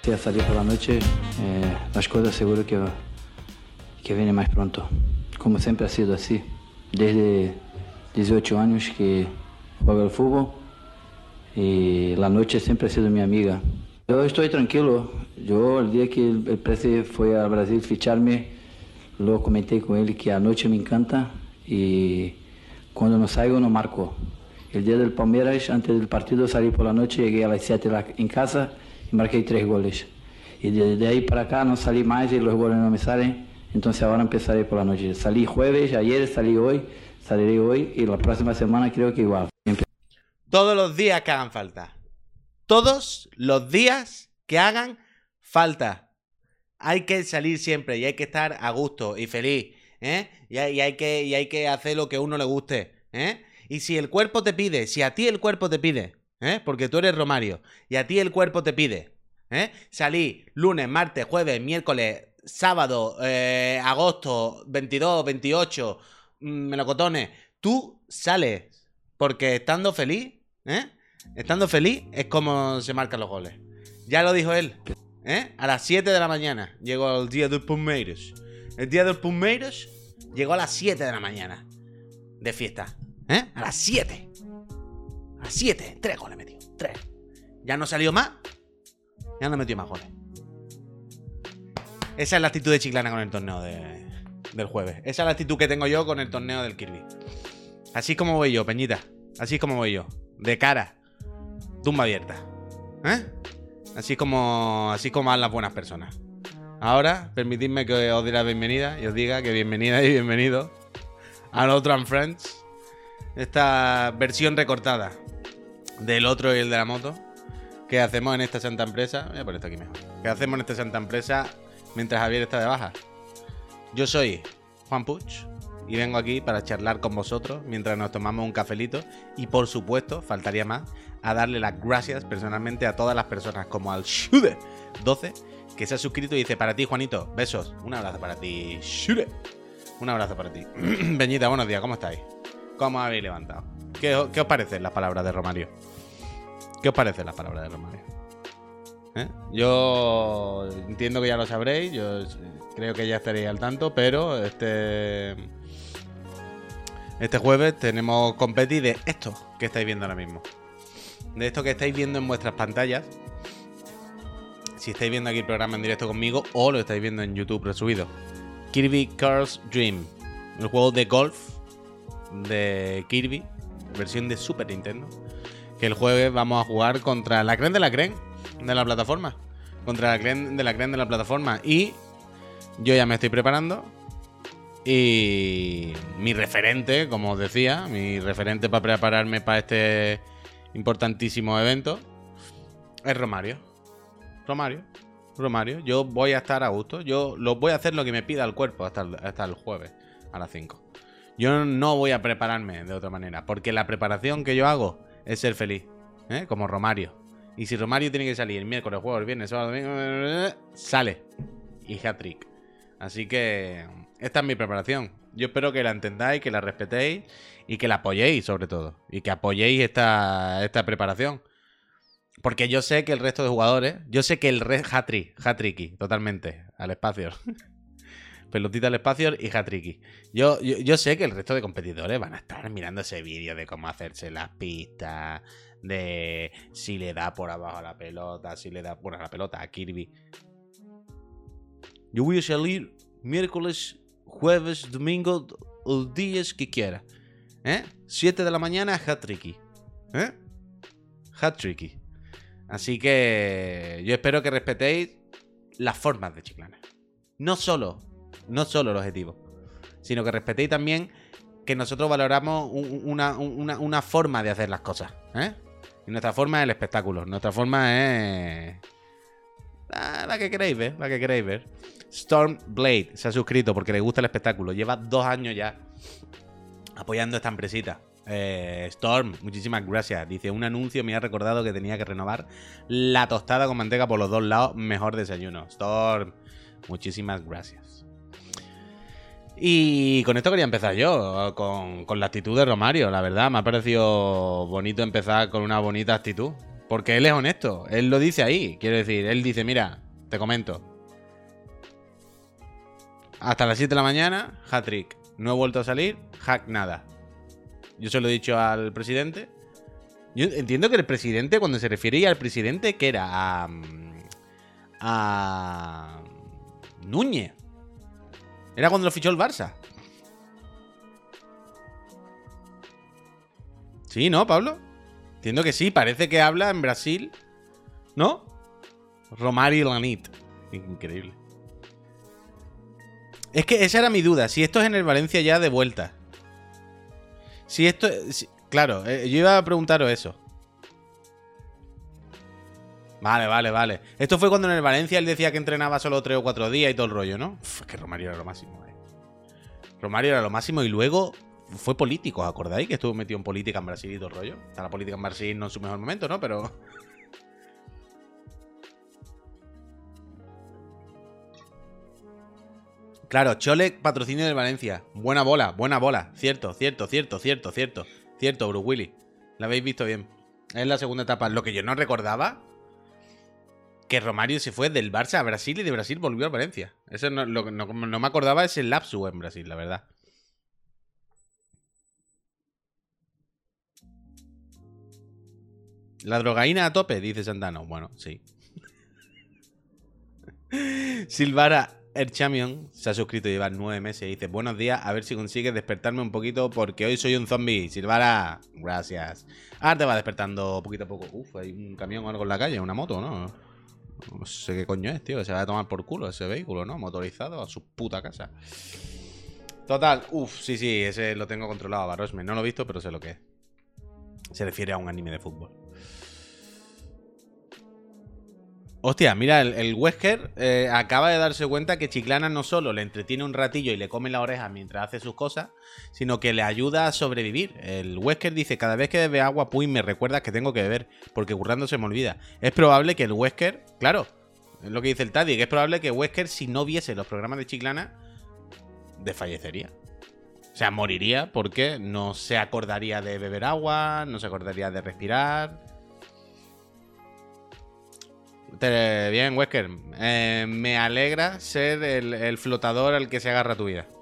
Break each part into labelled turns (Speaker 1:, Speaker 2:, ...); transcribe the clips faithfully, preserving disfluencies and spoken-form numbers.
Speaker 1: A salir por la noche, eh, las cosas seguro que, que vienen más pronto. Como siempre ha sido así. Desde dieciocho años que juego al fútbol y la noche siempre ha sido mi amiga. Yo estoy tranquilo. Yo el día que el, el Prece fue a Brasil ficharme, lo comenté con él que a noche me encanta y cuando no salgo no marco. El día del Palmeiras, antes del partido salí por la noche, llegué a las siete en casa y marqué tres goles. Y desde ahí para acá no salí más y los goles no me salen. Entonces ahora empezaré por la noche. Salí jueves, ayer salí hoy, saliré hoy y la próxima semana creo que igual.
Speaker 2: Todos los días que hagan falta. Todos los días que hagan falta. Hay que salir siempre y hay que estar a gusto y feliz, ¿eh? Y hay, y hay que, y hay que hacer lo que a uno le guste, ¿eh? Y si el cuerpo te pide, si a ti el cuerpo te pide, ¿eh? Porque tú eres Romario y a ti el cuerpo te pide, ¿eh? Salí lunes, martes, jueves, miércoles, sábado, eh, agosto, veintidós, veintiocho, mmm, melocotones. Tú sales porque estando feliz, ¿eh? Estando feliz es como se marcan los goles. Ya lo dijo él, ¿eh? A las siete de la mañana llegó el día del Palmeiras. El día del Palmeiras llegó a las siete de la mañana de fiesta, ¿eh? A las siete. A las siete, tres goles metió, tres. Ya no salió más. Ya no metió más goles. Esa es la actitud de Chiclana con el torneo de, del jueves. Esa es la actitud que tengo yo con el torneo del Kirby. Así como voy yo, Peñita. Así como voy yo. De cara. Tumba abierta. ¿Eh? Así como, así como van las buenas personas. Ahora, permitidme que os dé la bienvenida y os diga que bienvenida y bienvenido al Otro and Friends. Esta versión recortada del otro y el de la moto. ¿Qué hacemos en esta santa empresa? Voy a poner esto aquí mejor. ¿Qué hacemos en esta santa empresa mientras Javier está de baja? Yo soy Juan Puig y vengo aquí para charlar con vosotros mientras nos tomamos un cafelito y, por supuesto, faltaría más, a darle las gracias personalmente a todas las personas, como al Shude doce, que se ha suscrito y dice: para ti, Juanito, besos, un abrazo para ti, Shude. Un abrazo para ti. Peñita, buenos días, ¿cómo estáis? ¿Cómo habéis levantado? ¿Qué, ¿Qué os parecen las palabras de Romario? ¿Qué os parecen las palabras de Romario? ¿Eh? Yo entiendo que ya lo sabréis, yo creo que ya estaréis al tanto, pero este este jueves tenemos competi de esto que estáis viendo ahora mismo. De esto que estáis viendo en vuestras pantallas. Si estáis viendo aquí el programa en directo conmigo o lo estáis viendo en YouTube resubido. Kirby Cars Dream, el juego de golf de Kirby, versión de Super Nintendo, que el jueves vamos a jugar contra la creme de la creme de la plataforma. Contra la creme de la creme de la plataforma. Y yo ya me estoy preparando. Y mi referente, como os decía, mi referente para prepararme para este importantísimo evento es Romario. Romario. Romario. Yo voy a estar a gusto. Yo lo voy a hacer lo que me pida el cuerpo hasta el, hasta el jueves a las cinco. Yo no voy a prepararme de otra manera, porque la preparación que yo hago es ser feliz, ¿eh? Como Romario. Y si Romario tiene que salir el miércoles, jueves, el viernes, sábado, domingo, sale. Y hat-trick. Así que esta es mi preparación. Yo espero que la entendáis, que la respetéis y que la apoyéis, sobre todo. Y que apoyéis esta, esta preparación. Porque yo sé que el resto de jugadores, yo sé que el resto, hat-trick, hat-tricky, totalmente, al espacio. Pelotita al espacio y hat-tricky. Yo, yo, yo sé que el resto de competidores van a estar mirando ese vídeo de cómo hacerse las pistas, de si le da por abajo a la pelota, si le da por a la pelota a Kirby. Yo voy a salir miércoles, jueves, domingo, los días que quiera. ¿Eh? siete de la mañana, hat-tricky. ¿Eh? Hat-tricky. Así que yo espero que respetéis las formas de Chiclana. No solo, no solo el objetivo, sino que respetéis también que nosotros valoramos una, una, una forma de hacer las cosas, ¿eh? Y nuestra forma es el espectáculo. Nuestra forma es la, la que queréis ver, la que queréis ver. Stormblade se ha suscrito porque le gusta el espectáculo. Lleva dos años ya apoyando esta empresita. Eh, Storm, muchísimas gracias. Dice: un anuncio me ha recordado que tenía que renovar la tostada con manteca por los dos lados. Mejor desayuno. Storm, muchísimas gracias. Y con esto quería empezar yo, con, con la actitud de Romario. La verdad, me ha parecido bonito empezar con una bonita actitud. Porque él es honesto. Él lo dice ahí. Quiero decir, él dice, mira, te comento. Hasta las siete de la mañana, hat-trick. No he vuelto a salir, hack nada. Yo se lo he dicho al presidente. Yo entiendo que el presidente, cuando se refiere al presidente, que era a... a... Núñez. Era cuando lo fichó el Barça. Sí, ¿no, Pablo? Entiendo que sí, parece que habla en Brasil. ¿No? Romario Lanit. Increíble. Es que esa era mi duda. Si esto es en el Valencia ya de vuelta. Si esto... Si, claro, eh, yo iba a preguntaros eso. Vale, vale, vale. Esto fue cuando en el Valencia él decía que entrenaba solo tres o cuatro días y todo el rollo, ¿no? Uf, es que Romario era lo máximo, eh. Romario era lo máximo y luego fue político, ¿os acordáis? Que estuvo metido en política en Brasil y todo el rollo. Está la política en Brasil no en su mejor momento, ¿no? Pero... Claro, Chole, patrocinio del Valencia. Buena bola, buena bola. Cierto, cierto, cierto, cierto, cierto. Cierto, Bruce Willis. La habéis visto bien. Es la segunda etapa. Lo que yo no recordaba, que Romario se fue del Barça a Brasil y de Brasil volvió a Valencia. Eso no, lo que no, no me acordaba es el lapsus en Brasil, la verdad. La drogaína a tope, dice Santano. Bueno, sí. Silvara Erchamion se ha suscrito, lleva nueve meses y dice: buenos días, a ver si consigues despertarme un poquito porque hoy soy un zombie. Silvara, gracias. Ahora te va despertando poquito a poco. Uf, hay un camión o algo en la calle, una moto, ¿no? No sé qué coño es, tío. Se va a tomar por culo ese vehículo, ¿no? Motorizado a su puta casa. Total, uff, sí, sí, ese lo tengo controlado, Barosme. No lo he visto, pero sé lo que es. Se refiere a un anime de fútbol. Hostia, mira, el, el Wesker eh, acaba de darse cuenta que Chiclana no solo le entretiene un ratillo y le come la oreja mientras hace sus cosas, sino que le ayuda a sobrevivir. El Wesker dice: cada vez que bebe agua, puy, me recuerdas que tengo que beber, porque currando se me olvida. Es probable que el Wesker, claro, es lo que dice el Taddy, que es probable que Wesker, si no viese los programas de Chiclana, desfallecería. O sea, moriría porque no se acordaría de beber agua, no se acordaría de respirar. Bien, Wesker. Eh, me alegra ser el, el flotador al que se agarra tu vida.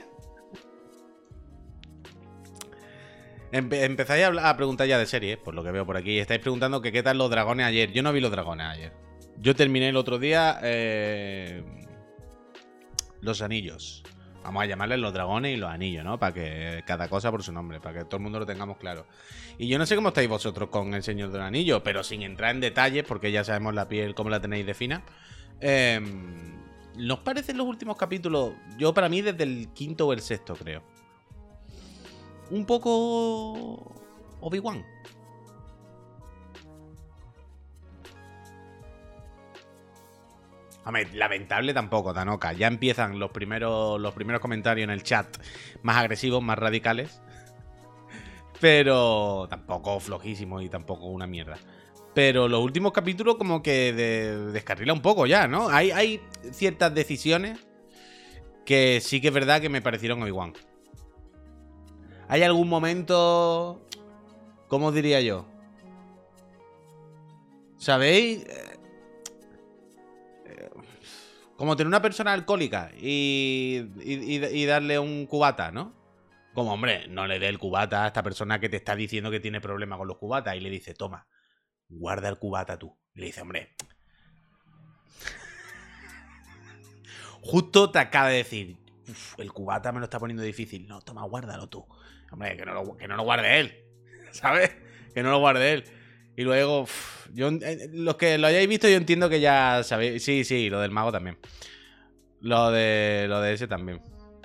Speaker 2: Empe empezáis a, a preguntar ya de series, por lo que veo por aquí. Estáis preguntando que qué tal los dragones ayer. Yo no vi los dragones ayer. Yo terminé el otro día eh, los anillos. Vamos a llamarles los dragones y los anillos, ¿no? Para que cada cosa por su nombre, para que todo el mundo lo tengamos claro. Y yo no sé cómo estáis vosotros con el Señor del Anillo, pero sin entrar en detalles, porque ya sabemos la piel, cómo la tenéis de fina. Eh, ¿Nos parecen los últimos capítulos? Yo, para mí, desde el quinto o el sexto, creo. Un poco... Obi-Wan. Hombre, lamentable tampoco, Tanoka. Ya empiezan los primeros, los primeros comentarios en el chat más agresivos, más radicales. Pero tampoco flojísimo y tampoco una mierda. Pero los últimos capítulos como que de, descarrila un poco ya, ¿no? Hay, hay ciertas decisiones que sí que es verdad que me parecieron Obi-Wan. ¿Hay algún momento... ¿Cómo diría yo? ¿Sabéis? Como tener una persona alcohólica y, y, y darle un cubata, ¿no? Como, hombre, no le dé el cubata a esta persona que te está diciendo que tiene problemas con los cubatas. Y le dice: toma, guarda el cubata tú. Y le dice: hombre, justo te acaba de decir: el cubata me lo está poniendo difícil. No, toma, guárdalo tú. Hombre, que no lo, que no lo guarde él. ¿Sabes? Que no lo guarde él. Y luego, uff, yo, eh, los que lo hayáis visto, yo entiendo que ya sabéis. Sí, sí, lo del mago también. Lo de, lo de ese también.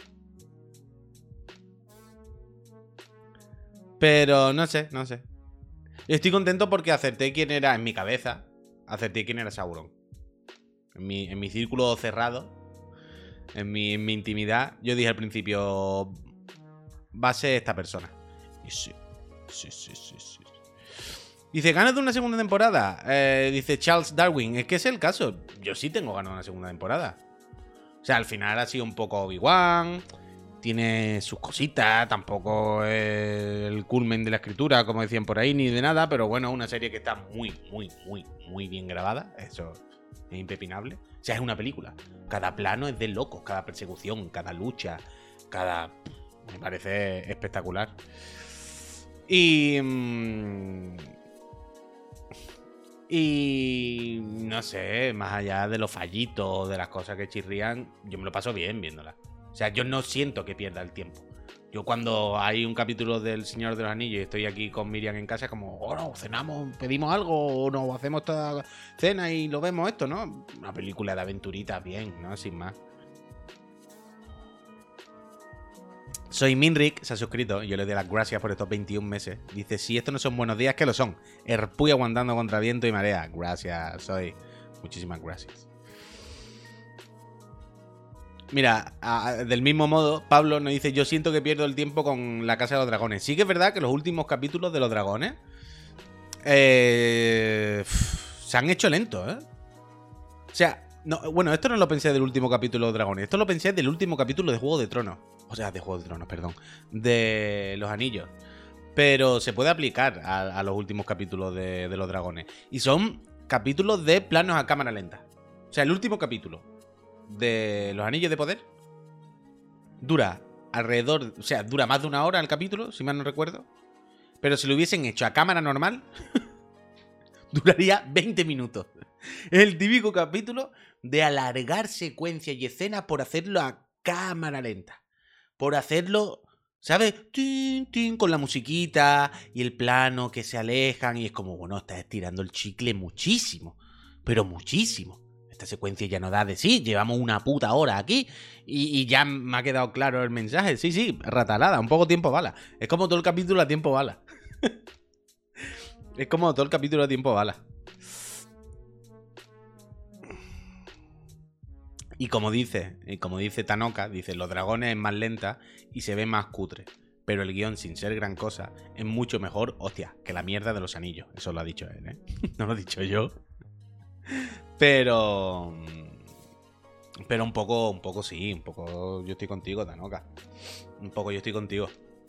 Speaker 2: Pero no sé, no sé. Yo estoy contento porque acerté quién era en mi cabeza. Acerté quién era Sauron. En mi, en mi círculo cerrado. En mi, en mi intimidad. Yo dije al principio: va a ser esta persona. Y sí. Sí, sí, sí, sí. Dice: ¿ganas de una segunda temporada? Eh, dice Charles Darwin. Es que es el caso. Yo sí tengo ganas de una segunda temporada. O sea, al final ha sido un poco Obi-Wan. tiene sus cositas, tampoco es el culmen de la escritura, como decían por ahí, ni de nada, pero bueno, una serie que está muy, muy, muy, muy bien grabada, eso es impepinable. O sea, es una película. Cada plano es de locos, cada persecución, cada lucha, cada... Me parece espectacular. Y... Y... No sé, más allá de los fallitos, de las cosas que chirrían, yo me lo paso bien viéndola. O sea, yo no siento que pierda el tiempo. Yo cuando hay un capítulo del Señor de los Anillos y estoy aquí con Miriam en casa, es como, oh no, cenamos, pedimos algo, o nos hacemos esta cena y lo vemos esto, ¿no? Una película de aventuritas bien, ¿no? Sin más. Soy Minrick, se ha suscrito, yo le doy las gracias por estos veintiún meses. Dice, si estos no son buenos días, ¿qué lo son? Erpuy aguantando contra viento y marea. Gracias, Soy. Muchísimas gracias. Mira, a, del mismo modo, Pablo nos dice, yo siento que pierdo el tiempo con La Casa de los Dragones. Sí que es verdad que los últimos capítulos de los dragones eh, se han hecho lentos, ¿eh? O sea, no, bueno, esto no lo pensé del último capítulo de los dragones, esto lo pensé del último capítulo de Juego de Tronos. O sea, de Juego de Tronos, perdón. De Los Anillos. Pero se puede aplicar a, a los últimos capítulos de, de los dragones. Y son capítulos de planos a cámara lenta. O sea, el último capítulo de Los Anillos de Poder dura alrededor, o sea, dura más de una hora el capítulo, si mal no recuerdo. Pero si lo hubiesen hecho a cámara normal, duraría veinte minutos. Es el típico capítulo de alargar secuencias y escenas por hacerlo a cámara lenta. Por hacerlo, ¿sabes? Tin, tin, con la musiquita y el plano que se alejan. Y es como, bueno, estás estirando el chicle muchísimo. Pero muchísimo. Esta secuencia ya no da de sí. Llevamos una puta hora aquí y, y ya me ha quedado claro el mensaje. Sí, sí, ratalada, un poco tiempo bala. Es como todo el capítulo a tiempo bala. Es como todo el capítulo a tiempo bala. Y como dice, y como dice Tanoka, dice, los dragones es más lenta y se ve más cutre. Pero el guión, sin ser gran cosa, es mucho mejor, hostia, que la mierda de Los Anillos. Eso lo ha dicho él, ¿eh? No lo he dicho yo. Pero... Pero un poco, un poco sí, un poco yo estoy contigo, Tanoka. Un poco yo estoy contigo.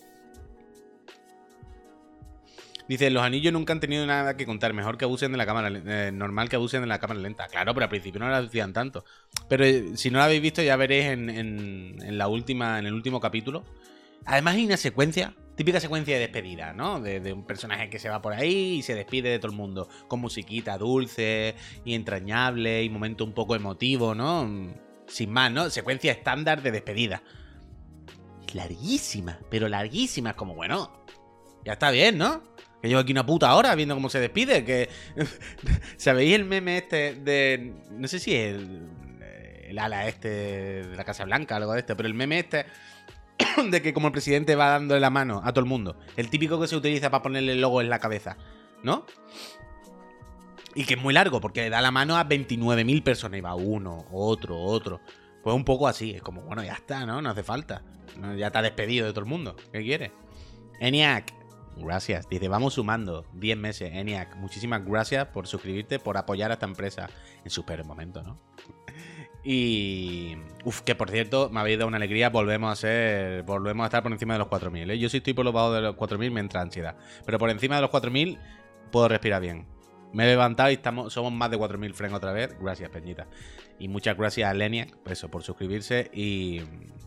Speaker 2: Dice, los anillos nunca han tenido nada que contar. Mejor que abusen de la cámara eh, normal que abusen de la cámara lenta. Claro, pero al principio no la decían tanto. Pero eh, si no la habéis visto, ya veréis en, en, en la última, en el último capítulo. Además hay una secuencia, típica secuencia de despedida, ¿no? De, de un personaje que se va por ahí y se despide de todo el mundo. Con musiquita dulce y entrañable y momento un poco emotivo, ¿no? Sin más, ¿no? Secuencia estándar de despedida. Larguísima, pero larguísima. Es como, bueno, ya está bien, ¿no? Que llevo aquí una puta hora viendo cómo se despide. Que ¿sabéis el meme este de... No sé si es el, el ala este de la Casa Blanca o algo de este, pero el meme este de que como el presidente va dándole la mano a todo el mundo. El típico que se utiliza para ponerle el logo en la cabeza, ¿no? Y que es muy largo porque le da la mano a veintinueve mil personas. Y va uno, otro, otro. Pues un poco así. Es como, bueno, ya está, ¿no? No hace falta. Ya está despedido de todo el mundo. ¿Qué quiere? ENIAC. Gracias. Dice, vamos sumando diez meses. ENIAC, muchísimas gracias por suscribirte, por apoyar a esta empresa en su peor momento, ¿no? Y... Uf, que por cierto, me habéis dado una alegría. Volvemos a ser... Volvemos a estar por encima de los cuatro mil, ¿eh? Yo sí estoy por los bajos de los cuatro mil, me entra ansiedad. Pero por encima de los cuatro mil puedo respirar bien. Me he levantado y estamos, somos más de cuatro mil friends otra vez. Gracias, Peñita. Y muchas gracias a Leniac, por eso, por suscribirse y...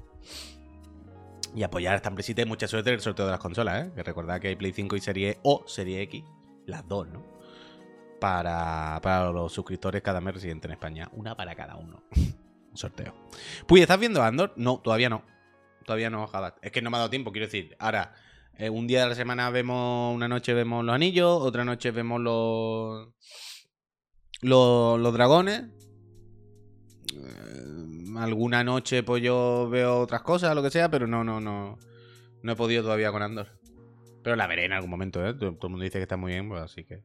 Speaker 2: Y apoyar a esta empresita y mucha suerte en el sorteo de las consolas, ¿eh? Que recordad que hay Play cinco y Serie o Serie X, las dos, ¿no? Para, para los suscriptores cada mes residentes en España. Una para cada uno. Un sorteo. Pues, ¿estás viendo Andor? No, todavía no. Todavía no, ojalá. Es que no me ha dado tiempo, quiero decir. Ahora, eh, un día de la semana vemos, una noche vemos los anillos, otra noche vemos los... Los, los dragones. Alguna noche pues yo veo otras cosas, lo que sea, pero no, no, no. No he podido todavía con Andor. Pero la veré en algún momento, ¿eh? Todo, todo el mundo dice que está muy bien, pues así que...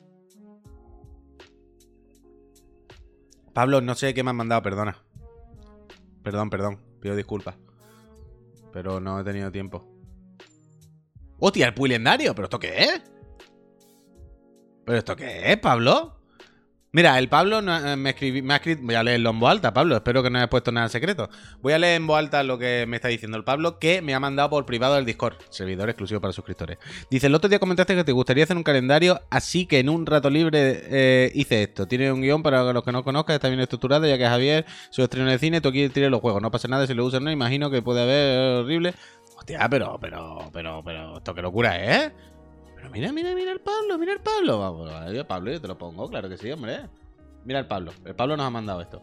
Speaker 2: Pablo, no sé qué me han mandado, perdona. Perdón, perdón, pido disculpas. Pero no he tenido tiempo. ¡Hostia, el Puy Lendario! ¿Pero esto qué es? ¿Pero esto qué es, Pablo? Mira, el Pablo no, eh, me, escribí, me ha escrito... Voy a leerlo en voz alta, Pablo. Espero que no hayas puesto nada en secreto. Voy a leer en voz alta lo que me está diciendo el Pablo, que me ha mandado por privado del Discord, servidor exclusivo para suscriptores. Dice, el otro día comentaste que te gustaría hacer un calendario, así que en un rato libre eh, hice esto. Tiene un guión para los que no conozcan, está bien estructurado, ya que Javier, su estreno de cine, tú aquí tienes los juegos. No pasa nada si lo usan, no. Imagino que puede haber horrible. Hostia, pero, pero, pero, pero, esto qué locura, ¿eh? Pero mira, mira, mira el Pablo, mira el Pablo. Vamos, adiós, Pablo, yo te lo pongo, claro que sí, hombre. Mira el Pablo. El Pablo nos ha mandado esto.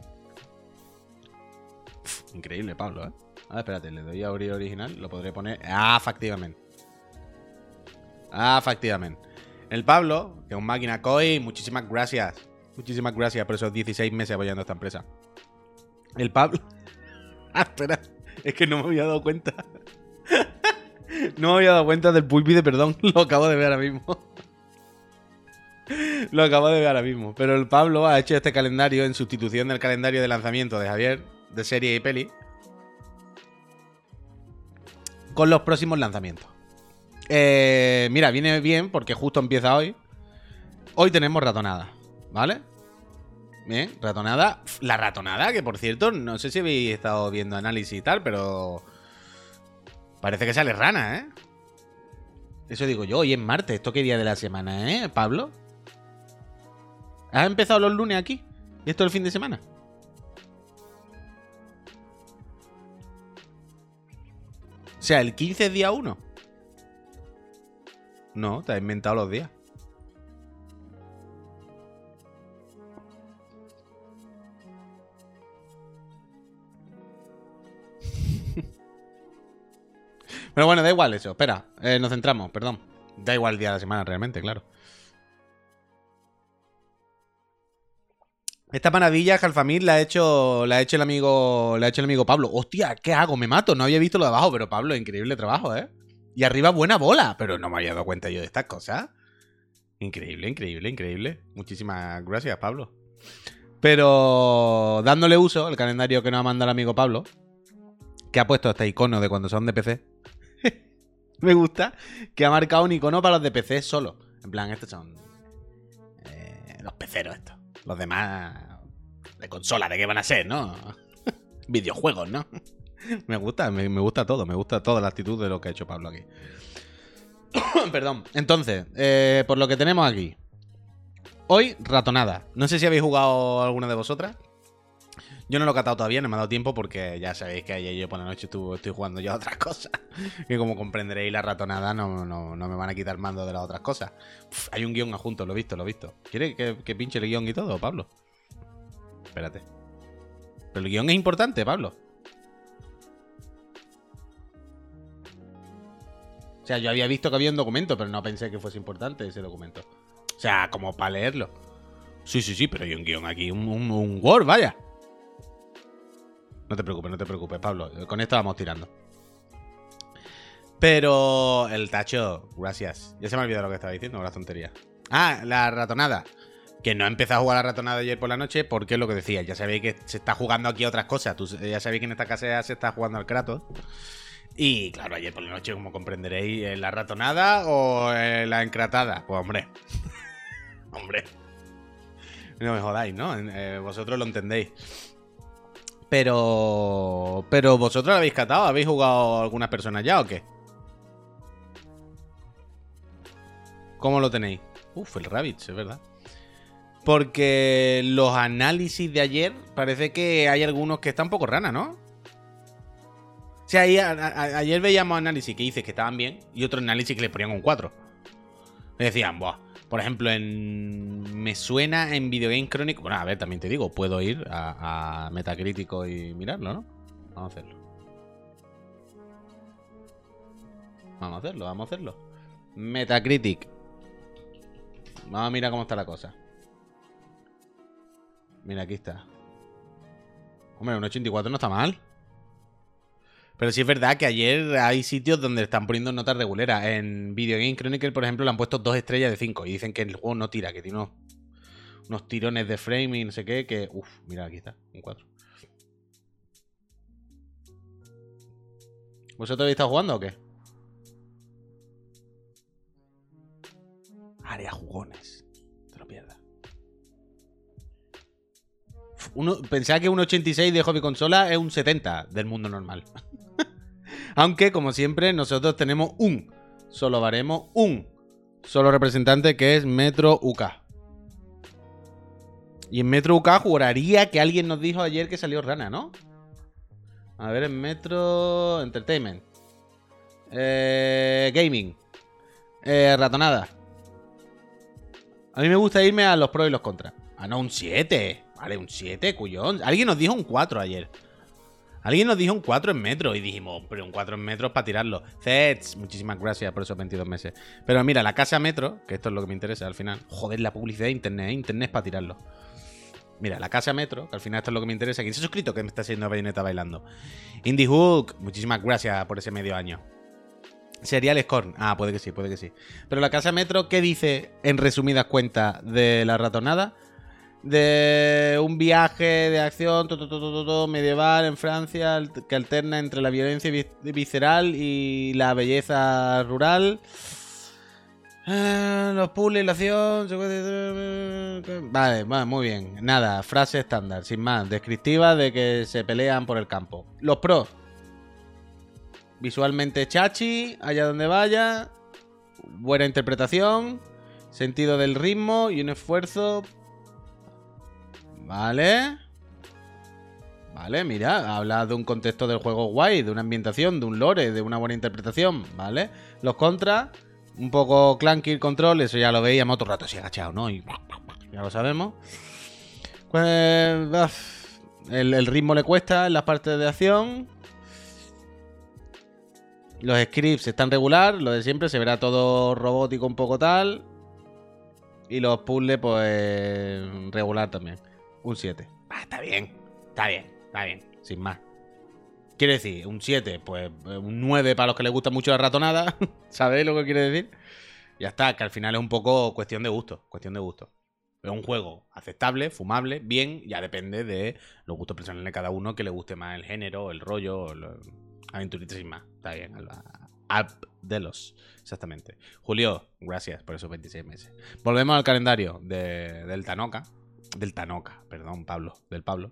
Speaker 2: Uf, increíble, Pablo, ¿eh? A ver, espérate, le doy a abrir original. Lo podré poner. Ah, efectivamente. Ah, efectivamente. El Pablo, que es un máquina Koi, muchísimas gracias. Muchísimas gracias por esos dieciséis meses apoyando a esta empresa. El Pablo. Ah, espera. Es que no me había dado cuenta. No me había dado cuenta del pulpi de perdón. Lo acabo de ver ahora mismo. Lo acabo de ver ahora mismo. Pero el Pablo ha hecho este calendario en sustitución del calendario de lanzamiento de Javier, de serie y peli, con los próximos lanzamientos. Eh, mira, viene bien porque justo empieza hoy. Hoy tenemos ratonada, ¿vale? Bien, ratonada. La ratonada, que por cierto, no sé si habéis estado viendo análisis y tal, pero parece que sale rana, ¿eh? Eso digo yo, hoy es martes. ¿Esto qué día de la semana, eh, Pablo? ¿Has empezado los lunes aquí? ¿Y esto es el fin de semana? O sea, el quince es día uno. No, te has inventado los días. Pero bueno, da igual eso. Espera, eh, nos centramos, perdón. Da igual el día de la semana realmente, claro. Esta maravilla, Jalfamir, la ha hecho, la ha hecho el amigo, la ha hecho el amigo Pablo. Hostia, ¿qué hago? Me mato. No había visto lo de abajo, pero Pablo, increíble trabajo, ¿eh? Y arriba buena bola, pero no me había dado cuenta yo de estas cosas. Increíble, increíble, increíble. Muchísimas gracias, Pablo. Pero dándole uso al calendario que nos ha mandado el amigo Pablo, que ha puesto este icono de cuando son de P C. Me gusta que ha marcado un icono para los de P C solo. En plan, estos son eh, los peceros estos. Los demás de consola, ¿de qué van a ser, no? Videojuegos, ¿no? Me gusta, me, me gusta todo, me gusta toda la actitud de lo que ha hecho Pablo aquí. Perdón. Entonces, eh, por lo que tenemos aquí. Hoy, ratonada. No sé si habéis jugado alguna de vosotras. Yo no lo he catado todavía, no me ha dado tiempo porque ya sabéis que ayer yo por la noche estuve, estoy jugando ya a otras cosas. Y como comprenderéis, la ratonada no, no, no me van a quitar el mando de las otras cosas. Uf, hay un guión adjunto, lo he visto, lo he visto. ¿Quiere que, que pinche el guión y todo, Pablo? Espérate. Pero el guión es importante, Pablo. O sea, yo había visto que había un documento, pero no pensé que fuese importante ese documento. O sea, como para leerlo. Sí, sí, sí, pero hay un guión aquí, un, un, un Word, vaya. No te preocupes, no te preocupes, Pablo. Con esto vamos tirando. Pero el tacho, gracias. Ya se me ha olvidado lo que estaba diciendo, la tontería. Ah, la ratonada. Que no empecé a jugar a la ratonada ayer por la noche porque es lo que decía. Ya sabéis que se está jugando aquí a otras cosas. Tú, ya sabéis que en esta casa se está jugando al Kratos. Y claro, ayer por la noche, como comprenderéis, ¿la ratonada o la encratada? Pues hombre. Hombre. No me jodáis, ¿no? Eh, vosotros lo entendéis. Pero... Pero vosotros lo habéis catado. ¿Habéis jugado algunas personas ya o qué? ¿Cómo lo tenéis? Uf, el Rabbids, es verdad. Porque los análisis de ayer parece que hay algunos que están un poco rana, ¿no? O sea, ahí, a, a, ayer veíamos análisis que dices que estaban bien y otros análisis que le ponían un cuatro. Me decían, buah, por ejemplo, en me suena en Video Game Chronicle. Bueno, a ver, también te digo, puedo ir a, a Metacrítico y mirarlo, ¿no? Vamos a hacerlo. Vamos a hacerlo, vamos a hacerlo. Metacritic. Vamos a mirar cómo está la cosa. Mira, aquí está. Hombre, un ochenta y cuatro no está mal. Pero sí es verdad que ayer hay sitios donde están poniendo notas reguleras. En Video Game Chronicle, por ejemplo, le han puesto dos estrellas de cinco. Y dicen que el juego no tira, que tiene unos, unos tirones de frame y no sé qué. Que, uff, mira, aquí está, un cuatro. ¿Vosotros habéis estado jugando o qué? Área jugones. Te lo pierdas. Uno, pensaba que un ochenta y seis de hobby consola es un setenta del mundo normal. Aunque, como siempre, nosotros tenemos un solo baremo, un solo representante, que es Metro U K. Y en Metro U K juraría que alguien nos dijo ayer que salió Rana, ¿no? A ver, en Metro Entertainment. Eh, gaming. Eh, ratonada. A mí me gusta irme a los pros y los contras. Ah, no, un siete. Vale, un siete, cuyón. Alguien nos dijo un cuatro ayer. Alguien nos dijo un cuatro en Metro y dijimos, pero un cuatro en Metro es para tirarlo. Zets, muchísimas gracias por esos veintidós meses. Pero mira, la casa Metro, que esto es lo que me interesa al final. Joder, la publicidad de internet, ¿eh? Internet es para tirarlo. Mira, la casa Metro, que al final esto es lo que me interesa. ¿Quién se ha suscrito? Que me está haciendo Bayonetta bailando. Indie Hook, muchísimas gracias por ese medio año. Serial Scorn, ah, puede que sí, puede que sí. Pero la casa Metro, ¿qué dice en resumidas cuentas de la ratonada? De un viaje de acción to, to, to, to, to, medieval en Francia que alterna entre la violencia visceral y la belleza rural. Eh, los puzzles, la acción. Vale, vale, muy bien. Nada, frase estándar, sin más. Descriptiva de que se pelean por el campo. Los pros. Visualmente chachi, allá donde vaya. Buena interpretación. Sentido del ritmo y un esfuerzo. Vale. Vale, mira, habla de un contexto del juego guay, de una ambientación, de un lore, de una buena interpretación, ¿vale? Los contras, un poco clunky el control, eso ya lo veíamos otro rato así agachado, ¿no? Y ya lo sabemos. Pues, el, el ritmo le cuesta en las partes de acción. Los scripts están regular, lo de siempre, se verá todo robótico un poco tal. Y los puzzles, pues, regular también. Un siete. Ah, está bien, está bien, está bien, sin más. Quiere decir, un siete, pues un nueve para los que les gusta mucho la ratonada. ¿Sabéis lo que quiere decir? Ya está, que al final es un poco cuestión de gusto, cuestión de gusto. Es un juego aceptable, fumable, bien, ya depende de los gustos personales de cada uno, que le guste más el género, el rollo, el aventurita sin más. Está bien, App de los, exactamente. Julio, gracias por esos veintiséis meses. Volvemos al calendario de, del Tanoka. Del Tanoka, perdón, Pablo, del Pablo.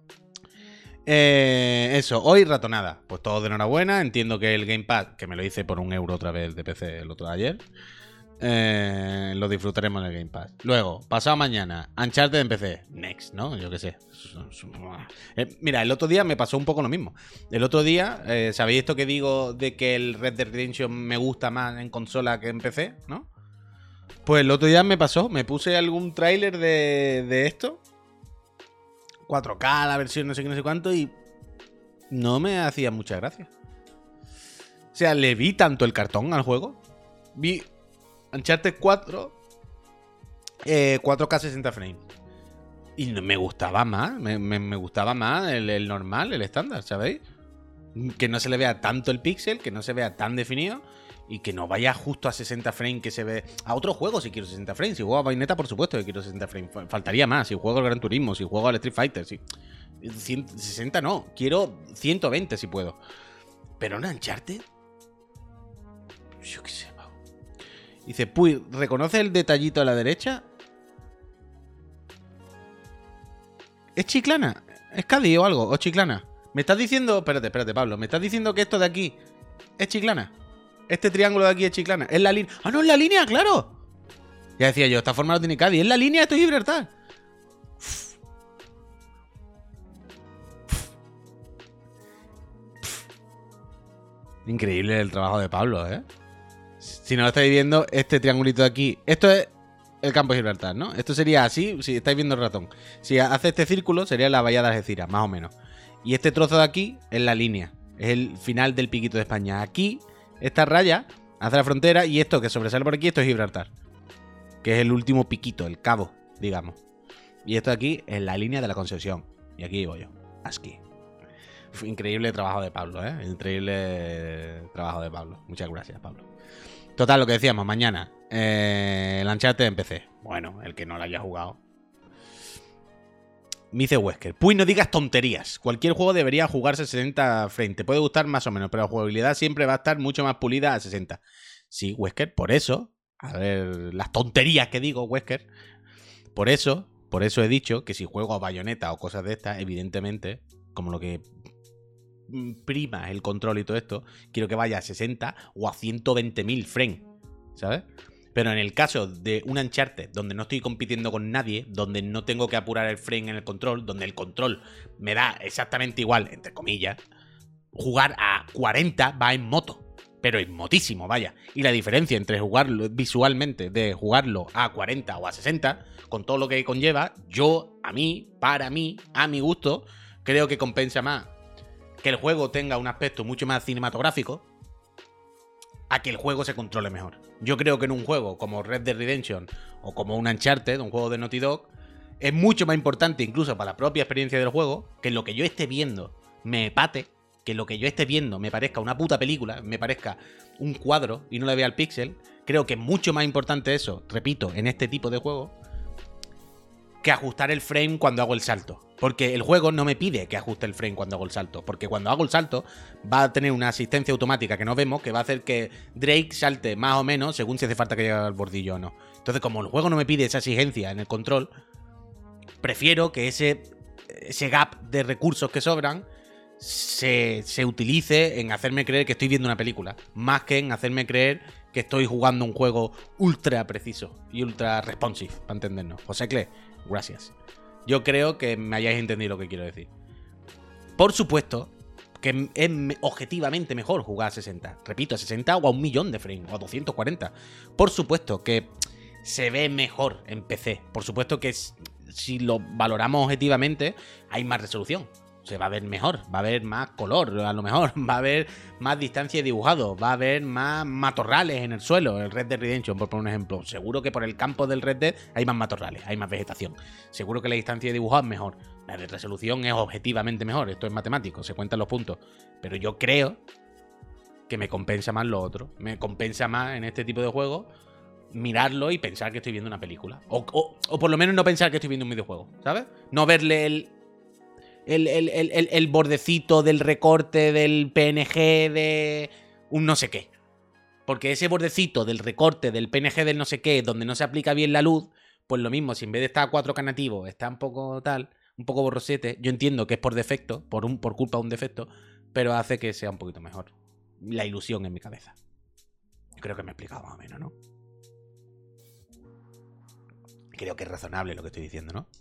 Speaker 2: Eh, eso, hoy ratonada. Pues todo de enhorabuena. Entiendo que el Game Pass, que me lo hice por un euro otra vez de P C el otro de ayer, eh, lo disfrutaremos en el Game Pass. Luego, pasado mañana, Uncharted en P C. Next, ¿no? Yo qué sé. Eh, mira, el otro día me pasó un poco lo mismo. El otro día, eh, ¿sabéis esto que digo de que el Red Dead Redemption me gusta más en consola que en P C? ¿No? Pues el otro día me pasó, me puse algún tráiler de, de esto. cuatro K, la versión no sé qué, no sé cuánto, y no me hacía mucha gracia. O sea, le vi tanto el cartón al juego. Vi Uncharted cuatro, eh, cuatro K sesenta frames. Y no, me gustaba más, me, me, me gustaba más el, el normal, el estándar, ¿sabéis? Que no se le vea tanto el píxel, que no se vea tan definido. Y que no vaya justo a sesenta frames que se ve. A otro juego si quiero sesenta frames. Si juego a Bayonetta, por supuesto que quiero sesenta frames. Faltaría más. Si juego al Gran Turismo, si juego al Street Fighter. Si... sesenta no. Quiero ciento veinte si puedo. Pero en Uncharted. Yo qué sé, Pau. Dice, Puy, ¿reconoce el detallito a la derecha? ¿Es Chiclana? ¿Es Cádiz o algo? ¿O Chiclana? ¿Me estás diciendo? Espérate, espérate, Pablo. ¿Me estás diciendo que esto de aquí es Chiclana? Este triángulo de aquí es Chiclana. Es la línea. ¡Ah, no, es la línea! ¡Claro! Ya decía yo, esta forma no tiene Cádiz. Es la línea, esto es Gibraltar. Uf. Uf. Increíble el trabajo de Pablo, ¿eh? Si no lo estáis viendo, este triangulito de aquí. Esto es el campo de Gibraltar, ¿no? Esto sería así, si estáis viendo el ratón. Si hace este círculo, sería la bahía de Algeciras, más o menos. Y este trozo de aquí es la línea. Es el final del piquito de España. Aquí, esta raya hace la frontera, y esto que sobresale por aquí, esto es Gibraltar. Que es el último piquito, el cabo, digamos. Y esto de aquí es la línea de la Concesión. Y aquí voy yo. Aquí. Fue increíble trabajo de Pablo, ¿eh? Increíble trabajo de Pablo. Muchas gracias, Pablo. Total, lo que decíamos, mañana. Eh, el Uncharted en P C. Bueno, el que no lo haya jugado. Me dice Wesker. Puy, no digas tonterías. Cualquier juego debería jugarse a sesenta frames. Te puede gustar más o menos, pero la jugabilidad siempre va a estar mucho más pulida a sesenta. Sí, Wesker, por eso. A ver, las tonterías que digo, Wesker. Por eso Por eso he dicho que si juego a Bayonetta o cosas de estas, evidentemente, como lo que prima el control y todo esto, quiero que vaya a sesenta o a ciento veinte mil frames, ¿sabes? Pero en el caso de un Uncharted, donde no estoy compitiendo con nadie, donde no tengo que apurar el frame en el control, donde el control me da exactamente igual, entre comillas, jugar a cuarenta va en moto. Pero en motísimo, vaya. Y la diferencia entre jugarlo visualmente, de jugarlo a cuarenta o a sesenta, con todo lo que conlleva, yo, a mí, para mí, a mi gusto, creo que compensa más que el juego tenga un aspecto mucho más cinematográfico a que el juego se controle mejor. Yo creo que en un juego como Red Dead Redemption o como un Uncharted, un juego de Naughty Dog, es mucho más importante incluso para la propia experiencia del juego que lo que yo esté viendo me pate, que lo que yo esté viendo me parezca una puta película, me parezca un cuadro y no le vea el píxel. Creo que es mucho más importante eso, repito, en este tipo de juego, que ajustar el frame cuando hago el salto. Porque el juego no me pide que ajuste el frame cuando hago el salto. Porque cuando hago el salto va a tener una asistencia automática que no vemos, que va a hacer que Drake salte más o menos según si hace falta que llegue al bordillo o no. Entonces, como el juego no me pide esa exigencia en el control, prefiero que ese, ese gap de recursos que sobran se, se utilice en hacerme creer que estoy viendo una película, más que en hacerme creer que estoy jugando un juego ultra preciso y ultra responsive, para entendernos. José Cle, gracias. Yo creo que me hayáis entendido lo que quiero decir. Por supuesto que es objetivamente mejor jugar a sesenta. Repito, a sesenta o a un millón de frames, o a doscientos cuarenta. Por supuesto que se ve mejor en P C. Por supuesto que si lo valoramos objetivamente, hay más resolución. Se va a ver mejor, va a haber más color, a lo mejor, va a haber más distancia de dibujado, va a haber más matorrales en el suelo, el Red Dead Redemption, por poner un ejemplo. Seguro que por el campo del Red Dead hay más matorrales, hay más vegetación. Seguro que la distancia de dibujado es mejor. La de resolución es objetivamente mejor, esto es matemático, se cuentan los puntos. Pero yo creo que me compensa más lo otro. Me compensa más en este tipo de juegos mirarlo y pensar que estoy viendo una película. O, o, o por lo menos no pensar que estoy viendo un videojuego, ¿sabes? No verle el... El, el, el, el, el bordecito del recorte del P N G de un no sé qué. Porque ese bordecito del recorte del P N G del no sé qué, donde no se aplica bien la luz, pues lo mismo, si en vez de estar a cuatro K nativo, está un poco tal, un poco borrosete, yo entiendo que es por defecto, por, un, por culpa de un defecto, pero hace que sea un poquito mejor. La ilusión en mi cabeza. Yo creo que me he explicado más o menos, ¿no? Creo que es razonable lo que estoy diciendo, ¿no?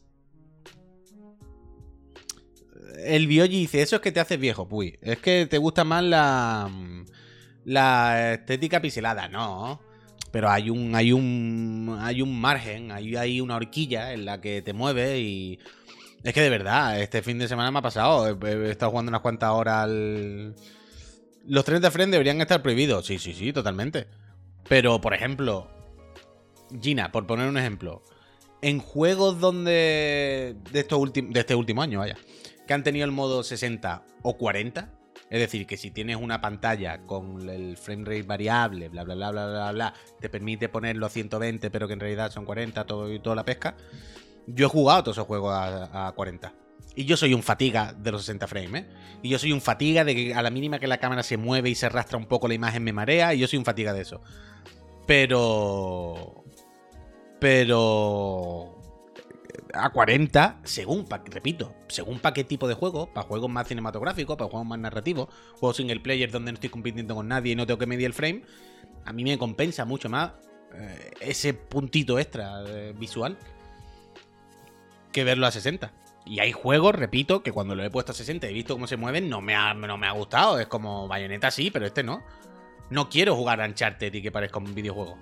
Speaker 2: El Bioji dice, eso es que te haces viejo, puy. Es que te gusta más la la estética pixelada, no. Pero hay un hay un hay un margen, hay, hay una horquilla en la que te mueves y es que de verdad, este fin de semana me ha pasado. He, he estado jugando unas cuantas horas al... Los treinta frames deberían estar prohibidos. Sí, sí, sí, totalmente. Pero, por ejemplo, Gina, por poner un ejemplo, en juegos donde de estos últimos de este último año, vaya, que han tenido el modo sesenta o cuarenta, es decir, que si tienes una pantalla con el frame rate variable, bla, bla, bla, bla, bla, bla, te permite ponerlo a ciento veinte, pero que en realidad son cuarenta, todo y toda la pesca. Yo he jugado todos esos juegos a, a cuarenta. Y yo soy un fatiga de los sesenta frames, ¿eh? Y yo soy un fatiga de que a la mínima que la cámara se mueve y se arrastra un poco la imagen me marea, y yo soy un fatiga de eso. Pero... Pero... a cuarenta, según, pa, repito, según para qué tipo de juego, para juegos más cinematográficos, para juegos más narrativos, juegos single player donde no estoy compitiendo con nadie y no tengo que medir el frame, a mí me compensa mucho más eh, ese puntito extra eh, visual que verlo a sesenta. Y hay juegos, repito, que cuando lo he puesto a sesenta y he visto cómo se mueven, no me ha, no me ha gustado. Es como Bayonetta sí, pero este no. No quiero jugar a Uncharted y que parezca un videojuego.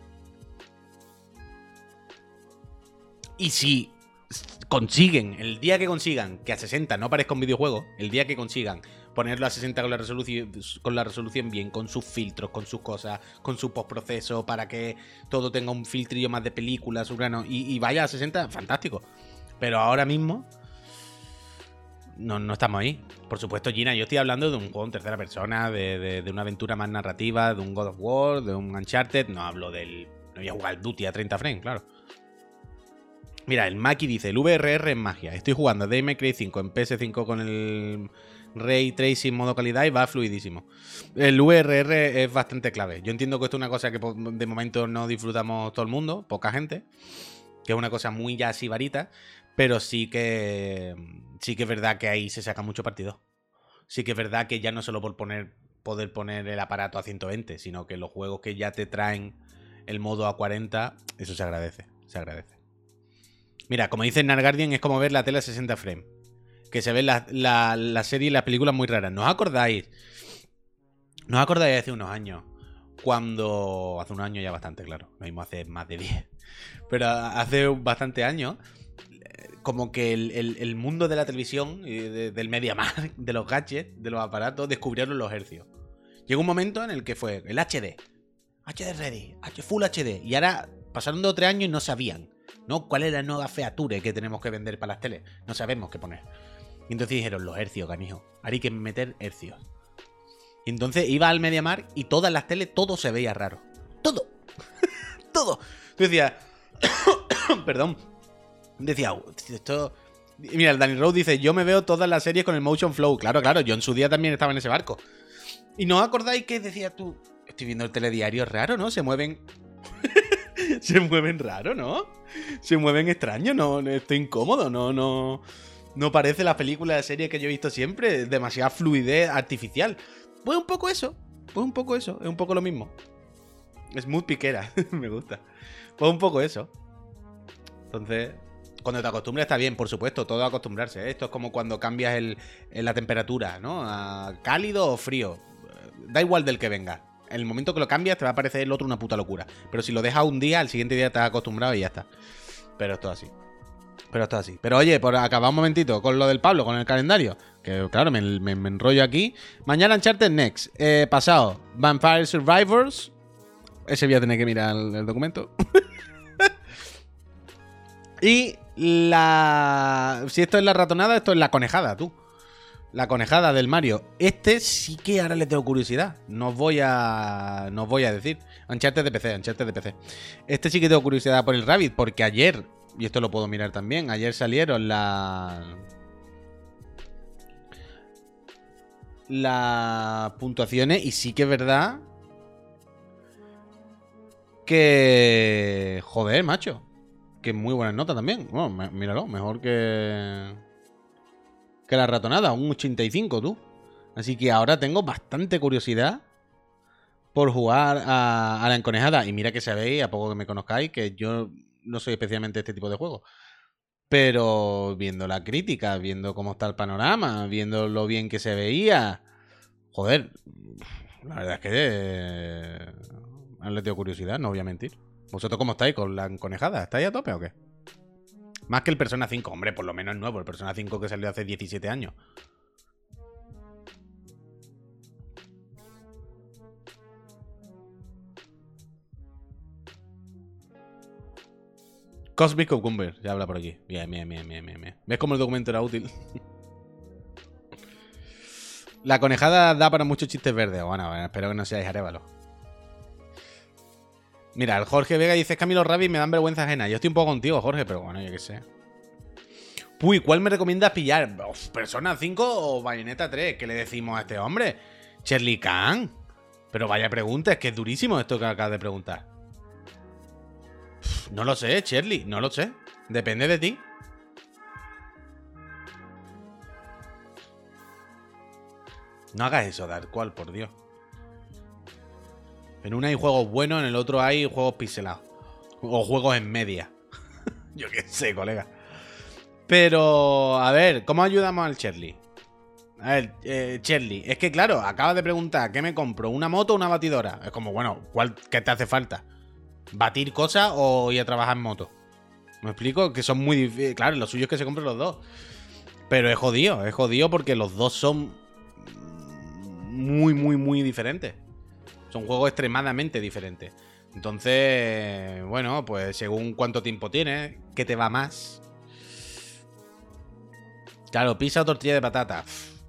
Speaker 2: Y si consiguen, el día que consigan que a sesenta no parezca un videojuego, el día que consigan ponerlo a sesenta con la resolución, con la resolución bien, con sus filtros, con sus cosas, con su postproceso, para que todo tenga un filtrillo más de película, sobrano, y, y vaya a sesenta, fantástico. Pero ahora mismo no, no estamos ahí. Por supuesto, Gina, yo estoy hablando de un juego en tercera persona, de, de, de una aventura más narrativa, de un God of War, de un Uncharted. No hablo del... No voy a jugar al Duty a treinta frames, claro. Mira, el Maki dice, el V R R es magia. Estoy jugando a Devil May Cry cinco en P S cinco con el Ray Tracing modo calidad y va fluidísimo. El V R R es bastante clave. Yo entiendo que esto es una cosa que de momento no disfrutamos todo el mundo, poca gente. que es una cosa muy ya así varita, pero sí que sí que es verdad que ahí se saca mucho partido. Sí que es verdad que ya no solo por poner poder poner el aparato a ciento veinte, sino que los juegos que ya te traen el modo a cuarenta, eso se agradece, se agradece. Mira, como dice Nard Guardian, es como ver la tele a sesenta frames. Que se ven las la, la series y las películas muy raras. ¿No os acordáis? ¿No os acordáis de hace unos años? Cuando... Hace unos años ya bastante, claro. Lo mismo hace más de diez. Pero hace bastante años, como que el, el, el mundo de la televisión, de, del MediaMarkt, de los gadgets, de los aparatos, descubrieron los hercios. Llegó un momento en el que fue el H D. H D ready, Full H D. Y ahora pasaron dos o tres años y no sabían, ¿no? ¿Cuál es la nueva feature que tenemos que vender para las teles? No sabemos qué poner. Y entonces dijeron, los hercios, canijo. Ahora hay que meter hercios. Y entonces iba al MediaMarkt y todas las teles, todo se veía raro. Todo. Todo. Tú decías... Perdón. Decía, esto... Mira, el Danny Rose dice, yo me veo todas las series con el Motion Flow. Claro, claro, yo en su día también estaba en ese barco. ¿Y no os acordáis que decías tú? Estoy viendo el telediario raro, ¿no? Se mueven... Se mueven raro, ¿no? Se mueven extraño, ¿no? Estoy incómodo, no, no... No parece la película de serie que yo he visto siempre. Demasiada fluidez artificial. Pues un poco eso. Pues un poco eso. Es un poco lo mismo. Smooth piquera. Me gusta. Pues un poco eso. Entonces, cuando te acostumbras está bien, por supuesto. Todo acostumbrarse. Esto es como cuando cambias el, la temperatura, ¿no? A cálido o frío. Da igual del que venga. En el momento que lo cambias te va a parecer el otro una puta locura. Pero si lo dejas un día, al siguiente día te has acostumbrado y ya está. Pero esto es así. Pero esto es así. Pero oye, por acabar un momentito con lo del Pablo, con el calendario. Que claro, me, me, me enrollo aquí. Mañana Uncharted Next. Eh, pasado, Vampire Survivors. Ese voy a tener que mirar el, el documento. Y la... Si esto es la ratonada, esto es la conejada, tú. La conejada del Mario. Este sí que ahora le tengo curiosidad. No os voy a... No os voy a decir. Uncharted de P C, Uncharted de P C. Este sí que tengo curiosidad por el Rabbit, porque ayer... Y esto lo puedo mirar también. Ayer salieron la... Las puntuaciones. Y sí que es verdad que... Joder, macho. Que muy buenas notas también. Bueno, míralo. Mejor que... Que la ratonada. Un ochenta y cinco, tú. Así que ahora tengo bastante curiosidad por jugar a, a la enconejada. Y mira que sabéis, a poco que me conozcáis, que yo... No soy especialmente este tipo de juegos. Pero viendo la crítica, viendo cómo está el panorama, viendo lo bien que se veía. Joder, la verdad es que eh, le tengo curiosidad, no voy a mentir. ¿Vosotros cómo estáis con la enconejada? ¿Estáis a tope o qué? Más que el Persona cinco, hombre, por lo menos es nuevo. El Persona cinco que salió hace diecisiete años. Cosmic Cucumber, ya habla por aquí. Bien, bien, bien, bien, bien, bien. ¿Ves cómo el documento era útil? La conejada da para muchos chistes verdes. Bueno, bueno, espero que no seáis arévalos. Mira, el Jorge Vega dice: Camilo Rabbit me dan vergüenza ajena. Yo estoy un poco contigo, Jorge, pero bueno, yo qué sé. Uy, ¿cuál me recomiendas pillar? Uf, ¿Persona cinco o Bayonetta tres? ¿Qué le decimos a este hombre? Shirley Khan. Pero vaya pregunta, es que es durísimo esto que acabas de preguntar. No lo sé, Shirley, no lo sé. Depende de ti. No hagas eso, Dark cual, por Dios. En uno hay juegos buenos, en el otro hay juegos pixelados. O juegos en media. Yo qué sé, colega. Pero, a ver, ¿cómo ayudamos al Shirley? A ver, eh, Shirley, es que claro, acabas de preguntar, ¿qué me compro? ¿Una moto o una batidora? Es como, bueno, ¿cuál, ¿qué te hace falta? ¿Batir cosas o ir a trabajar en moto? ¿Me explico? Que son muy difíciles. Claro, lo suyo es que se compren los dos. Pero es jodido, es jodido porque los dos son muy, muy, muy diferentes. Son juegos extremadamente diferentes. Entonces, bueno, pues según cuánto tiempo tienes, ¿qué te va más? Claro, pizza o tortilla de patata.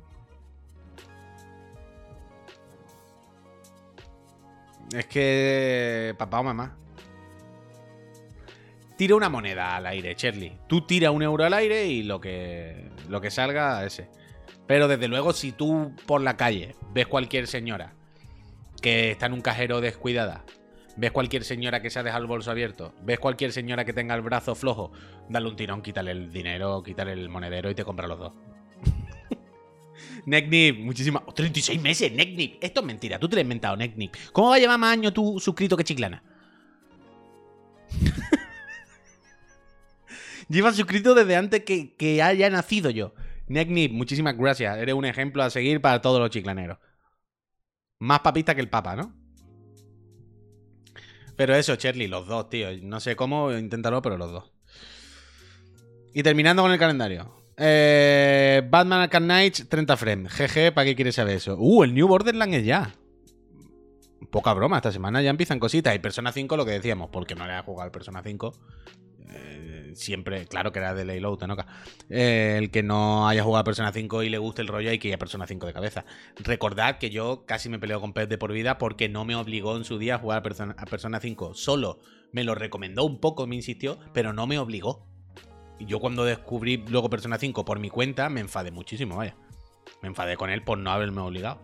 Speaker 2: Es que... Papá o mamá. Tira una moneda al aire, Shirley. Tú tira un euro al aire y lo que, lo que salga, ese. Pero desde luego, si tú por la calle ves cualquier señora que está en un cajero descuidada, ves cualquier señora que se ha dejado el bolso abierto, ves cualquier señora que tenga el brazo flojo, dale un tirón, quítale el dinero, quítale el monedero y te compra los dos. Necknip, muchísimas... Oh, treinta y seis meses, Necknip. Esto es mentira, tú te lo has inventado, Necknip. ¿Cómo va a llevar más años tú suscrito que Chiclana? Llevas suscrito desde antes que, que haya nacido yo. Necknip, muchísimas gracias. Eres un ejemplo a seguir para todos los chiclaneros. Más papista que el papa, ¿no? Pero eso, Cherly, los dos, tío. No sé cómo, inténtalo, pero los dos. Y terminando con el calendario. Eh, Batman Arkham Knight, treinta frames. Jeje, ¿para qué quieres saber eso? Uh, el New Borderlands es ya. Poca broma, esta semana ya empiezan cositas. Y Persona cinco, lo que decíamos, porque no le ha jugado al Persona cinco. Eh, siempre, claro que era de Laylow, Tanoka. Eh, el que no haya jugado a Persona cinco y le guste el rollo, hay que ir a Persona cinco de cabeza. Recordad que yo casi me peleo con Pep de por vida porque no me obligó en su día a jugar a Persona, a Persona cinco. Solo me lo recomendó un poco, me insistió, pero no me obligó. Y yo cuando descubrí luego Persona cinco por mi cuenta, me enfadé muchísimo, vaya. Me enfadé con él por no haberme obligado.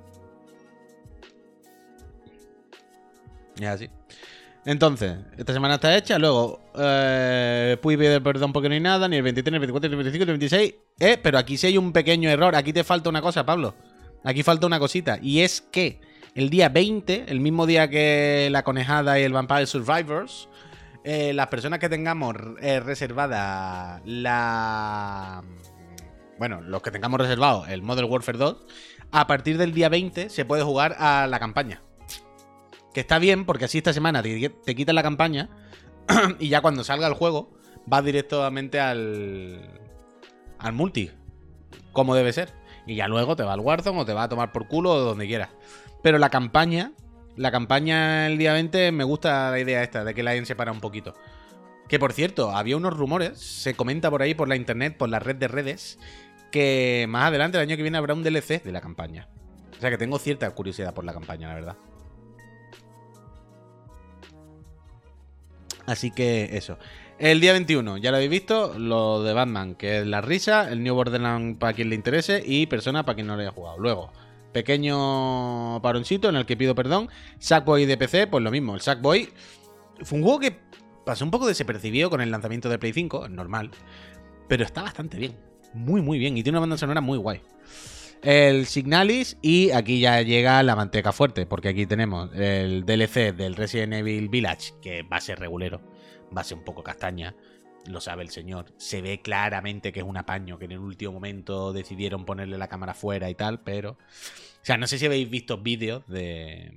Speaker 2: Y así. Entonces, esta semana está hecha. Luego, eh, pude pedir perdón porque no hay nada. Ni el veintitrés, ni el veinticuatro, ni el veinticinco, ni el veintiséis. Eh, pero aquí sí hay un pequeño error. Aquí te falta una cosa, Pablo. Aquí falta una cosita. Y es que el día veinte, el mismo día que la Conejada y el Vampire Survivors, eh, las personas que tengamos eh, reservada la... Bueno, los que tengamos reservado el Modern Warfare dos, a partir del día veinte se puede jugar a la campaña. Que está bien, porque así esta semana te, te quitan la campaña y ya cuando salga el juego vas directamente al, al multi, como debe ser. Y ya luego te va al Warzone o te va a tomar por culo o donde quieras. Pero la campaña, la campaña el día veinte, me gusta la idea esta, de que la hayan separado un poquito. Que por cierto, había unos rumores, se comenta por ahí, por la internet, por la red de redes, que más adelante, el año que viene, habrá un D L C de la campaña. O sea que tengo cierta curiosidad por la campaña, la verdad. Así que eso. El día veintiuno, ya lo habéis visto, lo de Batman, que es la risa, el New Borderlands para quien le interese y Persona para quien no lo haya jugado. Luego, pequeño paroncito en el que pido perdón. Sackboy de P C, pues lo mismo. El Sackboy fue un juego que pasó un poco desapercibido con el lanzamiento de Play cinco, es normal, pero está bastante bien, muy muy bien y tiene una banda sonora muy guay. El Signalis, y aquí ya llega la manteca fuerte, porque aquí tenemos el D L C del Resident Evil Village, que va a ser regulero, va a ser un poco castaña, lo sabe el señor. Se ve claramente que es un apaño, que en el último momento decidieron ponerle la cámara fuera y tal, pero... O sea, no sé si habéis visto vídeos de...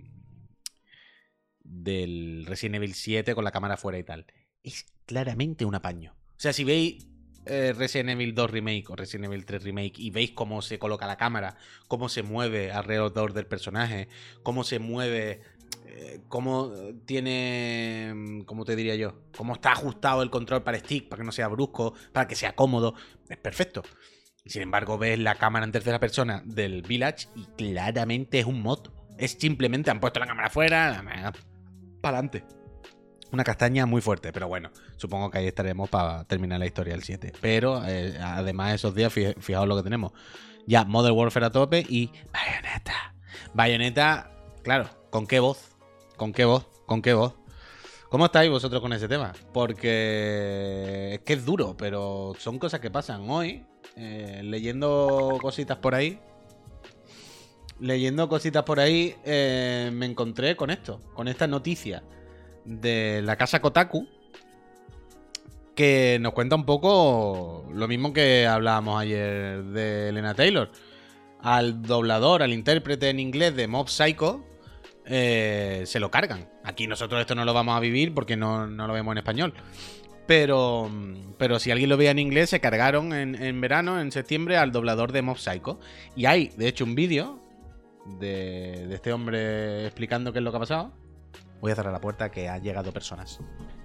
Speaker 2: del Resident Evil siete con la cámara fuera y tal. Es claramente un apaño. O sea, si veis... Eh, Resident Evil dos Remake o Resident Evil tres Remake y veis cómo se coloca la cámara, cómo se mueve alrededor del personaje, cómo se mueve, eh, cómo tiene, cómo te diría yo, cómo está ajustado el control para stick, para que no sea brusco, para que sea cómodo, es perfecto. Y sin embargo ves la cámara en tercera persona del Village y claramente es un mod. Es simplemente han puesto la cámara afuera, para adelante. Una castaña muy fuerte, pero bueno, supongo que ahí estaremos para terminar la historia del siete. Pero eh, además esos días, fij fijaos lo que tenemos. Ya Modern Warfare a tope y Bayonetta. Bayonetta, claro, ¿con qué voz? ¿Con qué voz? ¿Con qué voz? ¿Cómo estáis vosotros con ese tema? Porque es que es duro, pero son cosas que pasan. Hoy, eh, leyendo cositas por ahí, leyendo cositas por ahí, eh, me encontré con esto, con esta noticia de la casa Kotaku, que nos cuenta un poco lo mismo que hablábamos ayer de Elena Taylor. Al doblador, al intérprete en inglés de Mob Psycho, eh, se lo cargan. Aquí nosotros esto no lo vamos a vivir porque no, no lo vemos en español. Pero, pero si alguien lo veía en inglés, se cargaron en, en verano, en septiembre, al doblador de Mob Psycho. Y hay, de hecho, un vídeo de, de este hombre explicando qué es lo que ha pasado. Voy a cerrar la puerta, que han llegado personas.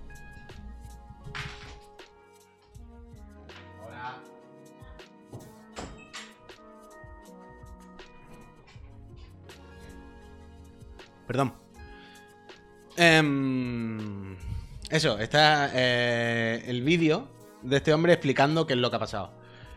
Speaker 2: Hola. Perdón. Eh, eso, está eh, el vídeo de este hombre explicando qué es lo que ha pasado.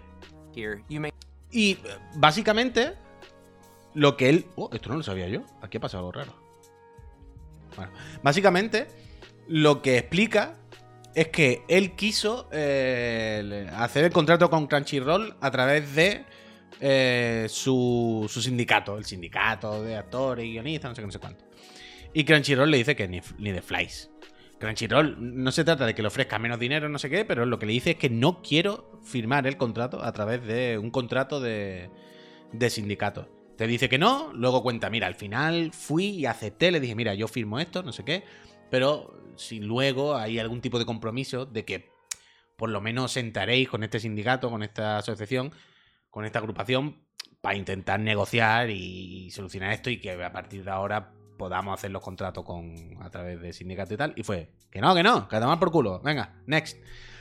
Speaker 2: Y básicamente, lo que él... Oh, esto no lo sabía yo. Aquí ha pasado algo raro. Bueno, básicamente, lo que explica es que él quiso eh, hacer el contrato con Crunchyroll a través de eh, su, su sindicato, el sindicato de actores y guionistas, no sé qué, no sé cuánto. Y Crunchyroll le dice que ni, ni de flies. Crunchyroll no se trata de que le ofrezca menos dinero, no sé qué, pero lo que le dice es que no quiero firmar el contrato a través de un contrato de, de sindicato. Te dice que no, luego cuenta, mira, al final fui y acepté, le dije, mira, yo firmo esto, no sé qué, pero si luego hay algún tipo de compromiso de que por lo menos sentaréis con este sindicato, con esta asociación, con esta agrupación, para intentar negociar y solucionar esto y que a partir de ahora podamos hacer los contratos con a través de sindicato y tal. Y fue, que no, que no, que a tomar por culo, venga, next.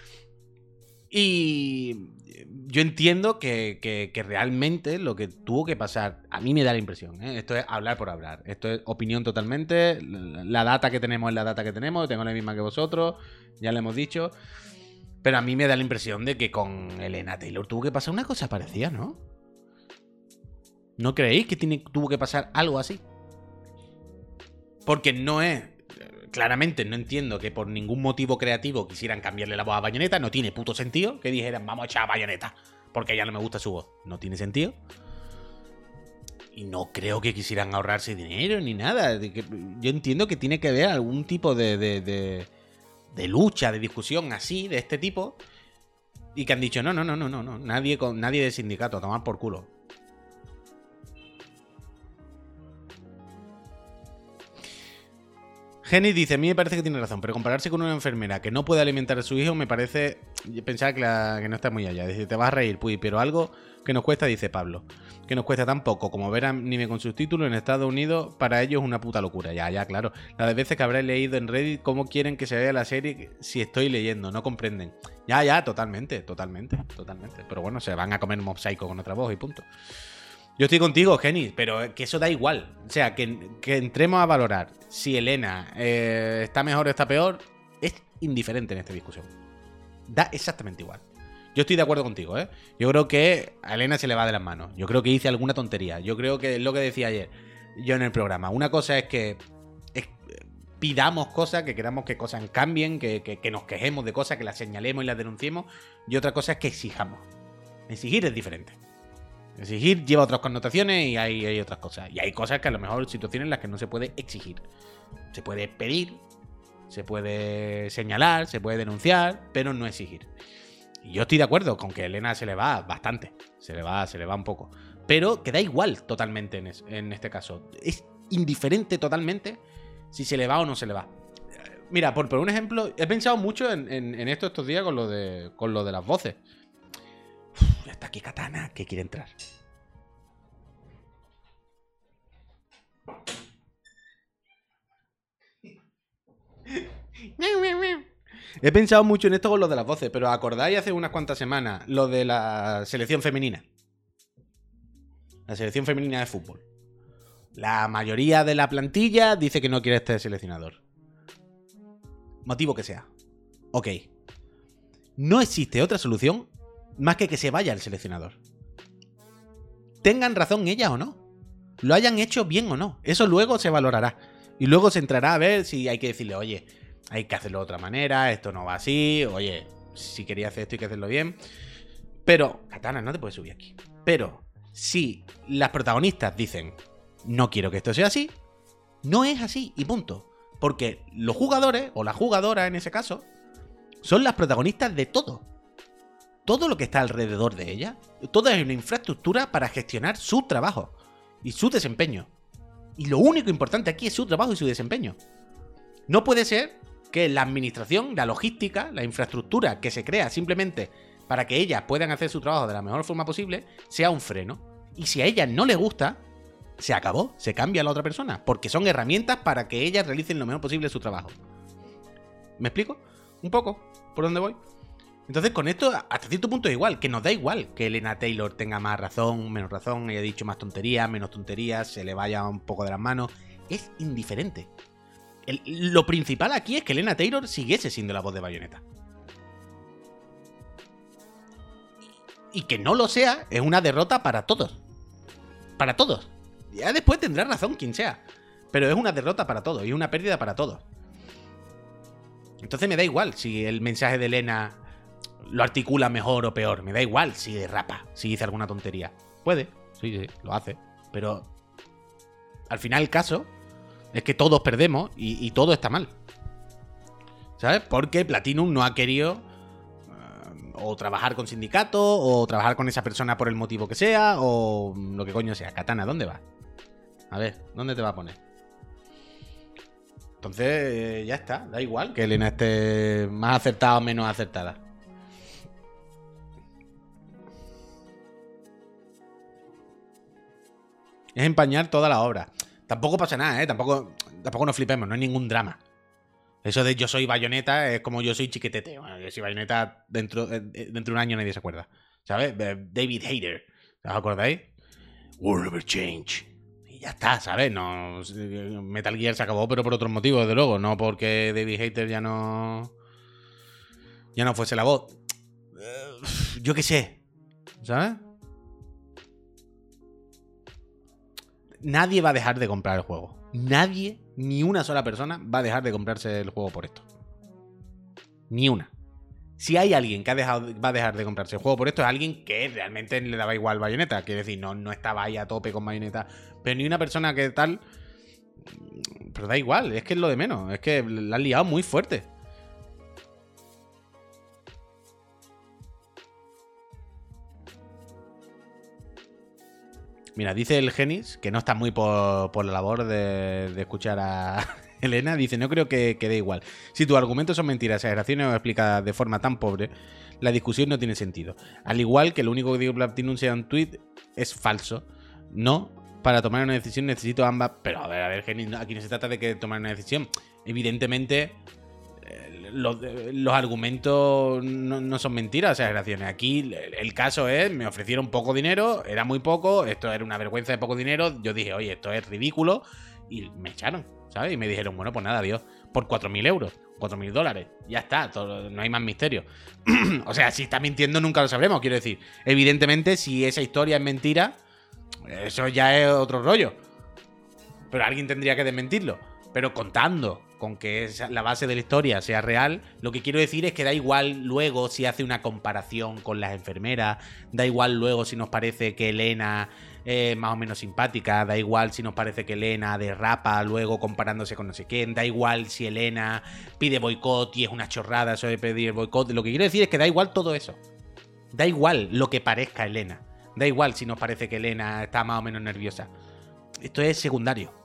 Speaker 2: Y yo entiendo que, que, que realmente lo que tuvo que pasar, a mí me da la impresión, ¿eh? Esto es hablar por hablar, esto es opinión totalmente, la data que tenemos es la data que tenemos, tengo la misma que vosotros, ya lo hemos dicho, pero a mí me da la impresión de que con Elena Taylor tuvo que pasar una cosa parecida, ¿no? ¿No creéis que tiene, tuvo que pasar algo así? Porque no es... Claramente no entiendo que por ningún motivo creativo quisieran cambiarle la voz a Bayonetta. No tiene puto sentido que dijeran vamos a echar a Bayonetta porque ya no me gusta su voz. No tiene sentido. Y no creo que quisieran ahorrarse dinero ni nada. Yo entiendo que tiene que haber algún tipo de, de, de, de lucha, de discusión así, de este tipo. Y que han dicho, no, no, no, no, no, no. Nadie, con, nadie de sindicato, a tomar por culo. Jenny dice, a mí me parece que tiene razón, pero compararse con una enfermera que no puede alimentar a su hijo me parece... Pensaba que, la, que no está muy allá. Dice, te vas a reír, Puy, pero algo que nos cuesta, dice Pablo. Que nos cuesta tan poco como ver anime con subtítulos en Estados Unidos, para ellos es una puta locura. Ya, ya, claro. La de veces que habré leído en Reddit cómo quieren que se vea la serie si estoy leyendo, no comprenden. Ya, ya, totalmente, totalmente, totalmente. Pero bueno, se van a comer Mob Psycho con otra voz y punto. Yo estoy contigo, Jenny, pero que eso da igual. O sea, que, que entremos a valorar si Elena eh, está mejor o está peor, es indiferente en esta discusión. Da exactamente igual. Yo estoy de acuerdo contigo, ¿eh? Yo creo que a Elena se le va de las manos. Yo creo que hice alguna tontería. Yo creo que es lo que decía ayer yo en el programa. Una cosa es que es, pidamos cosas, que queramos que cosas cambien, que, que, que nos quejemos de cosas, que las señalemos y las denunciemos. Y otra cosa es que exijamos. Exigir es diferente. Exigir lleva otras connotaciones y hay, hay otras cosas. Y hay cosas que a lo mejor situaciones en las que no se puede exigir. Se puede pedir, se puede señalar, se puede denunciar, pero no exigir. Y yo estoy de acuerdo con que a Elena se le va bastante. Se le va, se le va un poco. Pero que da igual totalmente en, es, en este caso. Es indiferente totalmente si se le va o no se le va. Mira, por, por un ejemplo, he pensado mucho en, en, en esto estos días con lo de, con lo de las voces. Uf, ya está aquí Katana, que quiere entrar. He pensado mucho en esto con lo de las voces, pero acordáis hace unas cuantas semanas lo de la selección femenina. La selección femenina de fútbol. La mayoría de la plantilla dice que no quiere este seleccionador. Motivo que sea. Ok. No existe otra solución más que que se vaya el seleccionador. Tengan razón ellas o no. Lo hayan hecho bien o no. Eso luego se valorará. Y luego se entrará a ver si hay que decirle, oye, hay que hacerlo de otra manera, esto no va así, oye, si quería hacer esto hay que hacerlo bien. Pero, Katana, no te puedes subir aquí. Pero, si las protagonistas dicen, no quiero que esto sea así, no es así y punto. Porque los jugadores, o la jugadora en ese caso, son las protagonistas de todo. Todo lo que está alrededor de ella, toda es una infraestructura para gestionar su trabajo y su desempeño. Y lo único importante aquí es su trabajo y su desempeño. No puede ser que la administración, la logística, la infraestructura que se crea simplemente para que ellas puedan hacer su trabajo de la mejor forma posible, sea un freno. Y si a ellas no les gusta, se acabó, se cambia a la otra persona, porque son herramientas para que ellas realicen lo mejor posible su trabajo. ¿Me explico? Un poco, ¿por dónde voy? Entonces con esto hasta cierto punto es igual, que nos da igual que Elena Taylor tenga más razón, menos razón, haya dicho más tonterías, menos tonterías, se le vaya un poco de las manos, es indiferente. El, lo principal aquí es que Elena Taylor siguiese siendo la voz de Bayonetta. Y que no lo sea es una derrota para todos. Para todos. Ya después tendrá razón quien sea. Pero es una derrota para todos y una pérdida para todos. Entonces me da igual si el mensaje de Elena lo articula mejor o peor. Me da igual si derrapa, si dice alguna tontería. Puede, sí, sí, lo hace. Pero al final el caso es que todos perdemos y, y todo está mal. ¿Sabes? Porque Platinum no ha querido uh, o trabajar con sindicato o trabajar con esa persona por el motivo que sea o lo que coño sea. Katana, ¿dónde vas? A ver, ¿dónde te va a poner? Entonces, eh, ya está, da igual que Elena esté más acertada o menos acertada. Es empañar toda la obra. Tampoco pasa nada, ¿eh? Tampoco, tampoco nos flipemos, no hay ningún drama. Eso de yo soy Bayonetta es como yo soy Chiquetete. Bueno, yo soy Bayonetta dentro, dentro de un año nadie se acuerda. ¿Sabes? David Hayter. ¿Os acordáis? Will never change. Y ya está, ¿sabes? No, Metal Gear se acabó, pero por otros motivos, desde luego. No porque David Hayter ya no... Ya no fuese la voz. Yo qué sé. ¿Sabes? Nadie va a dejar de comprar el juego. Nadie, ni una sola persona va a dejar de comprarse el juego por esto. Ni una. Si hay alguien que ha dejado, va a dejar de comprarse el juego por esto, es alguien que realmente le daba igual Bayonetta. Quiere decir, no, no estaba ahí a tope con Bayonetta. Pero ni una persona que tal... Pero da igual, es que es lo de menos. Es que la han liado muy fuerte. Mira, dice el Genis, que no está muy por, por la labor de, de escuchar a Elena, dice, no creo que quede igual. Si tus argumentos son mentiras, exageraciones o explicadas de forma tan pobre, la discusión no tiene sentido. Al igual que lo único que digo Platinum sea un tweet es falso. No, para tomar una decisión necesito ambas... Pero a ver, a ver, Genis, aquí no se trata de que tomar una decisión. Evidentemente... Los, los argumentos no, no son mentiras, exageraciones. Aquí el, el caso es, me ofrecieron poco dinero, era muy poco, esto era una vergüenza de poco dinero, yo dije, oye, esto es ridículo, y me echaron, ¿sabes? Y me dijeron, bueno, pues nada, adiós, por cuatro mil euros, cuatro mil dólares, ya está, todo, no hay más misterio. O sea, si está mintiendo nunca lo sabremos, quiero decir. Evidentemente, si esa historia es mentira, eso ya es otro rollo. Pero alguien tendría que desmentirlo. Pero contando con que la base de la historia sea real, lo que quiero decir es que da igual luego si hace una comparación con las enfermeras, da igual luego si nos parece que Elena es más o menos simpática, da igual si nos parece que Elena derrapa luego comparándose con no sé quién, da igual si Elena pide boicot y es una chorrada eso de pedir boicot. Lo que quiero decir es que da igual todo eso. Da igual lo que parezca Elena. Da igual si nos parece que Elena está más o menos nerviosa. Esto es secundario.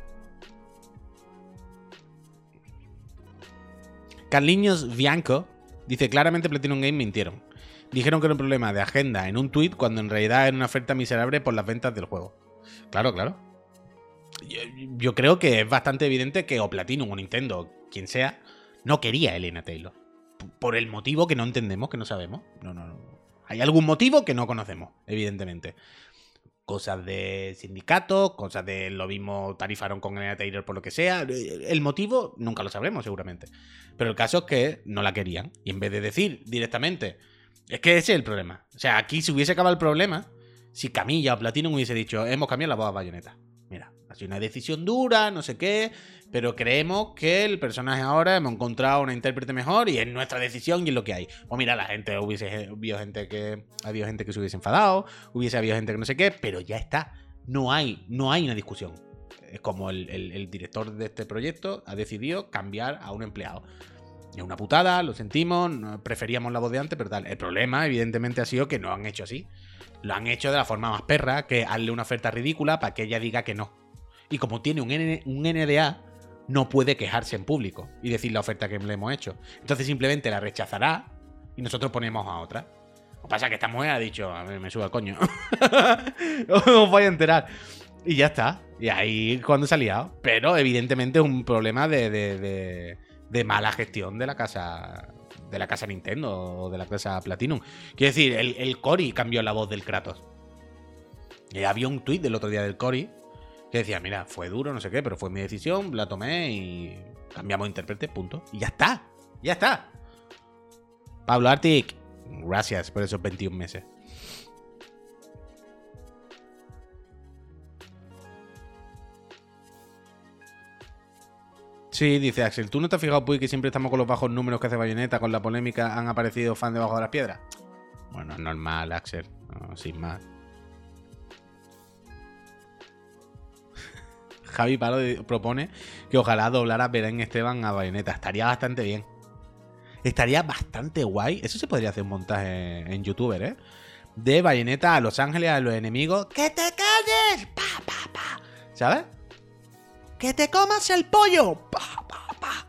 Speaker 2: Carliños Bianco dice, claramente Platinum Game mintieron. Dijeron que era un problema de agenda en un tweet cuando en realidad era una oferta miserable por las ventas del juego. Claro, claro. Yo, yo creo que es bastante evidente que o Platinum o Nintendo, quien sea, no quería a Elena Taylor. Por el motivo que no entendemos, que no sabemos. No, no, no. Hay algún motivo que no conocemos, evidentemente. Cosas de sindicatos, cosas de lo mismo tarifaron con Elena Taylor por lo que sea. El motivo nunca lo sabremos seguramente. Pero el caso es que no la querían. Y en vez de decir directamente... Es que ese es el problema. O sea, aquí si hubiese acabado el problema, si Camilla o Platinum hubiese dicho, hemos cambiado la voz a Bayonetta. Mira, ha sido una decisión dura, no sé qué, pero creemos que el personaje ahora hemos encontrado una intérprete mejor y es nuestra decisión y es lo que hay. O mira, la gente hubiese habido gente que había gente que se hubiese enfadado, hubiese habido gente que no sé qué, pero ya está. No hay, no hay una discusión. Es como el, el, el director de este proyecto ha decidido cambiar a un empleado. Es una putada, lo sentimos, preferíamos la voz de antes, pero tal. El problema, evidentemente, ha sido que no han hecho así. Lo han hecho de la forma más perra, que hazle una oferta ridícula para que ella diga que no. Y como tiene un, N, un N D A, no puede quejarse en público y decir la oferta que le hemos hecho. Entonces simplemente la rechazará y nosotros ponemos a otra. Lo que pasa es que esta mujer ha dicho, a ver, me suba el coño. Os voy a enterar. Y ya está. Y ahí cuando se ha liado. Pero evidentemente es un problema de, de, de, de mala gestión de la casa... de la casa Nintendo o de la casa Platinum. Quiero decir, el, el Cory cambió la voz del Kratos. Y había un tuit del otro día del Cory que decía, mira, fue duro, no sé qué, pero fue mi decisión, la tomé y cambiamos de intérprete, punto. Y ya está, ya está. Pablo Artic, gracias por esos veintiún meses. Sí, dice Axel, ¿tú no te has fijado, Puy, que siempre estamos con los bajos números que hace Bayonetta? Con la polémica han aparecido fans debajo de las piedras. Bueno, es normal, Axel, no, sin más. Javi Palo propone que ojalá doblara Belén Esteban a Bayonetta. Estaría bastante bien. Estaría bastante guay. Eso se podría hacer un montaje en YouTuber, ¿eh? De Bayonetta a Los Ángeles, a los enemigos. ¡Que te calles! ¡Pa, pa, pa! ¿Sabes? ¡Que te comas el pollo! ¡Pa, pa, pa!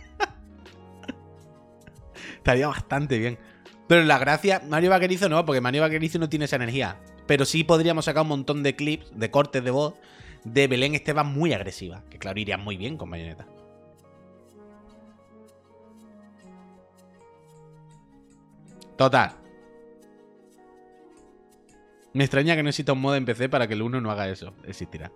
Speaker 2: Estaría bastante bien. Pero la gracia... Mario Vaquerizo no, porque Mario Vaquerizo no tiene esa energía. Pero sí podríamos sacar un montón de clips, de cortes de voz, de Belén Esteban muy agresiva. Que claro, iría muy bien con Bayonetta. Total. Me extraña que no exista un modo en P C para que el uno no haga eso. Existirá.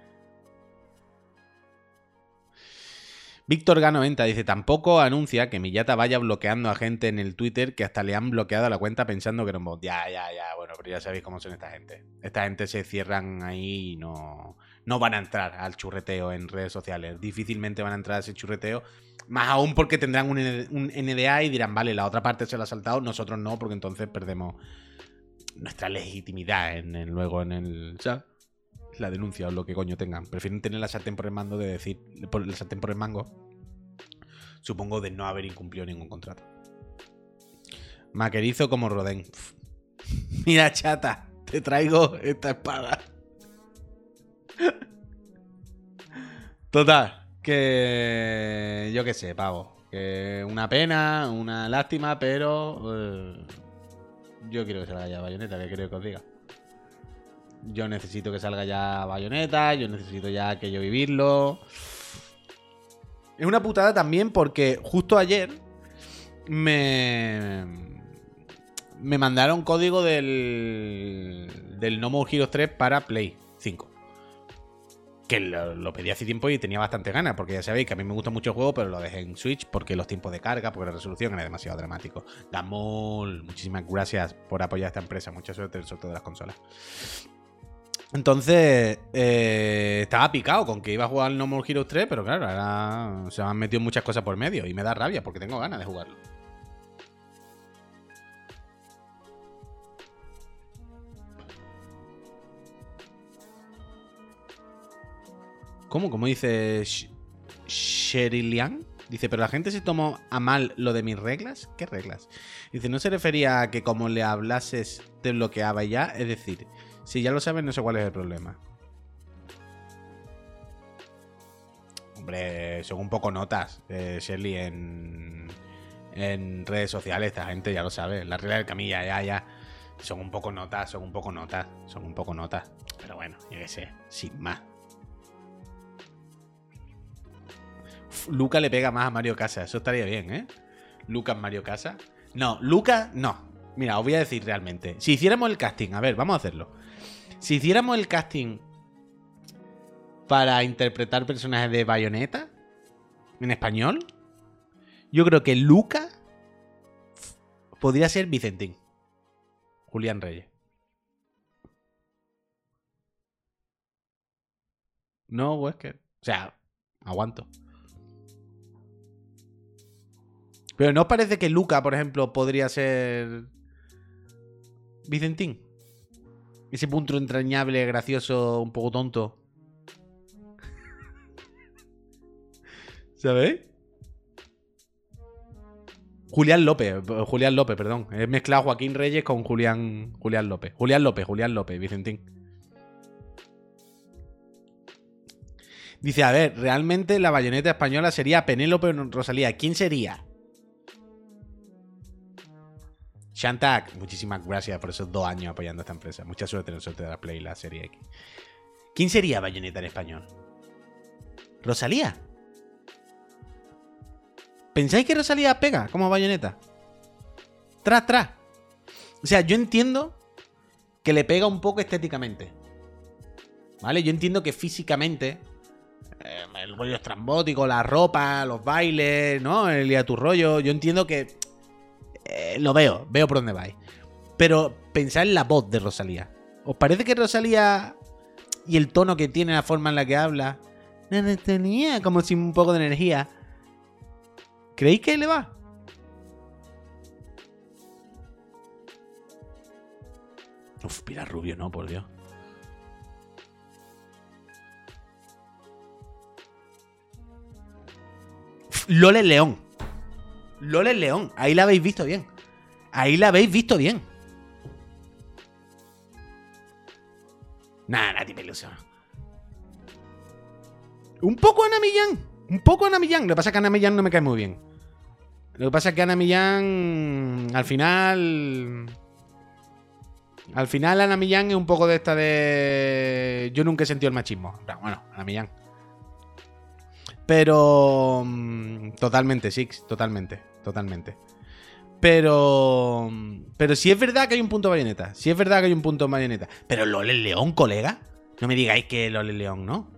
Speaker 2: Víctor G noventa dice, tampoco anuncia que Miyata vaya bloqueando a gente en el Twitter que hasta le han bloqueado la cuenta pensando que era un bot. Ya, ya, ya, bueno, pero ya sabéis cómo son esta gente. Esta gente se cierran ahí y no, no van a entrar al churreteo en redes sociales. Difícilmente van a entrar a ese churreteo, más aún porque tendrán un, un N D A y dirán, vale, la otra parte se la ha saltado, nosotros no, porque entonces perdemos nuestra legitimidad en el, luego en el... ¿sabes? La denuncia o lo que coño tengan. Prefieren tener la sartén por el mando de decir, por la sartén por el mango, supongo, de no haber incumplido ningún contrato. Maquerizo como Rodén. Mira, chata, te traigo esta espada. Total, que yo qué sé, pavo. Que una pena, una lástima, pero eh, yo quiero que se vaya Bayonetta, que creo que os diga. Yo necesito que salga ya Bayonetta, yo necesito ya aquello vivirlo. Es una putada también porque justo ayer me me mandaron código del del No More Heroes tres para Play cinco. Que lo, lo pedí hace tiempo y tenía bastante ganas, porque ya sabéis que a mí me gusta mucho el juego, pero lo dejé en Switch porque los tiempos de carga, porque la resolución era demasiado dramático. Damol, muchísimas gracias por apoyar a esta empresa. Mucha suerte en el sorteo de las consolas. Entonces, eh, estaba picado con que iba a jugar el No More Heroes tres, pero claro, ahora se me han metido muchas cosas por medio y me da rabia porque tengo ganas de jugarlo. ¿Cómo? ¿Cómo dice Sherilian? Dice, pero la gente se tomó a mal lo de mis reglas. ¿Qué reglas? Dice, no se refería a que como le hablases te bloqueaba ya, es decir... Si ya lo sabes, no sé cuál es el problema. Hombre, son un poco notas, eh, Shirley, en, en redes sociales. Esta gente ya lo sabe. La regla del camilla, ya, ya. Son un poco notas, son un poco notas. Son un poco notas. Pero bueno, yo qué sé, sin más. Uf, Luca le pega más a Mario Casas. Eso estaría bien, ¿eh? Lucas Mario Casas. No, Luca, no. Mira, os voy a decir realmente. Si hiciéramos el casting, a ver, vamos a hacerlo. Si hiciéramos el casting para interpretar personajes de Bayonetta en español, yo creo que Luca podría ser Vicentín. Julián Reyes. No, Wesker. O sea, aguanto. Pero ¿no os parece que Luca, por ejemplo, podría ser Vicentín? Ese punto entrañable, gracioso, un poco tonto. ¿Sabéis? Julián López, Julián López, perdón. He mezclado Joaquín Reyes con Julián, Julián López. Julián López, Julián López, Vicentín. Dice, a ver, realmente la Bayonetta española sería Penélope o Rosalía. ¿Quién sería? Shantak, muchísimas gracias por esos dos años apoyando a esta empresa. Mucha suerte en el sorteo de la Play y la Serie X. ¿Quién sería Bayonetta en español? ¿Rosalía? ¿Pensáis que Rosalía pega como Bayonetta? Tras, tras. O sea, yo entiendo que le pega un poco estéticamente. ¿Vale? Yo entiendo que físicamente eh, el rollo estrambótico, la ropa, los bailes, ¿no? El y a tu rollo. Yo entiendo que Eh, lo veo, veo por dónde vais. Pero pensad en la voz de Rosalía. ¿Os parece que Rosalía y el tono que tiene, la forma en la que habla, No tenía como sin un poco de energía. ¿Creéis que le va? Uf, Pilar Rubio, no, por Dios. Uf, Lole León. Lole León. Ahí la habéis visto bien. Ahí la habéis visto bien. Nada, nadie me ilusiona. Un poco Ana Millán. Un poco Ana Millán. Lo que pasa es que Ana Millán no me cae muy bien. Lo que pasa es que Ana Millán, al final... Al final Ana Millán es un poco de esta de... Yo nunca he sentido el machismo. Bueno, Ana Millán. Pero... Totalmente, Six. Totalmente. Totalmente. Pero... Pero sí es verdad que hay un punto Bayonetta. Sí es verdad que hay un punto Bayonetta. Pero Lole León, colega. No me digáis que Lole León, ¿no?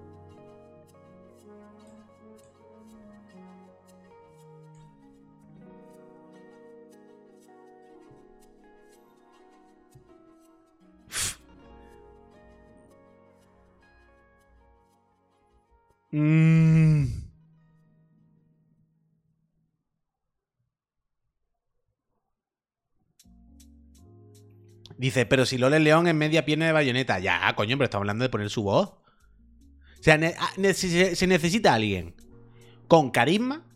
Speaker 2: Mm. Dice, pero si Lole León es media pierna de Bayonetta. Ya, coño, pero estamos hablando de poner su voz. O sea, ne se, se necesita alguien con carisma,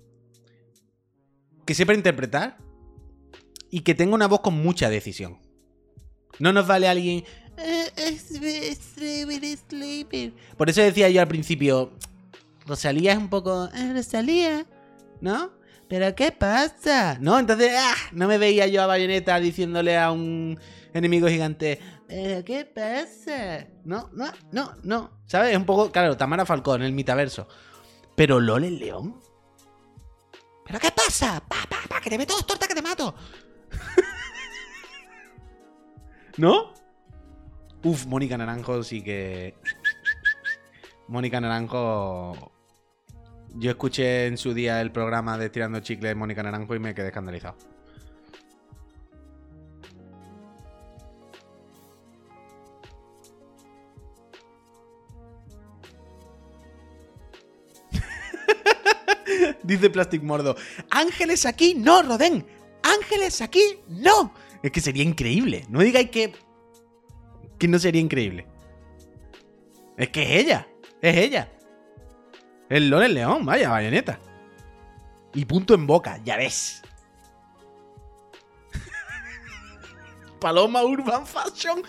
Speaker 2: que sepa interpretar y que tenga una voz con mucha decisión. No nos vale alguien... Por eso decía yo al principio, Rosalía es un poco... Rosalía, ¿no? ¿Pero qué pasa? ¿No? Entonces, ¡ah! No me veía yo a Bayonetta diciéndole a un enemigo gigante, ¿pero qué pasa? No, no, no, no. ¿Sabes? Es un poco, claro, Tamara Falcón, el mitaverso. Pero Lole León. ¿Pero qué pasa? Pa, pa, pa, que te meto dos tortas que te mato. ¿No? Uf, Mónica Naranjo sí que... Mónica Naranjo... Yo escuché en su día el programa de Tirando Chicle de Mónica Naranjo y me quedé escandalizado. Dice Plastic Mordo. Ángeles aquí no, Rodén. Ángeles aquí no. Es que sería increíble. No digáis que... Que no sería increíble. Es que es ella. Es ella. El Lole León, vaya, Bayonetta. Y punto en boca, ya ves. Paloma Urban Fashion.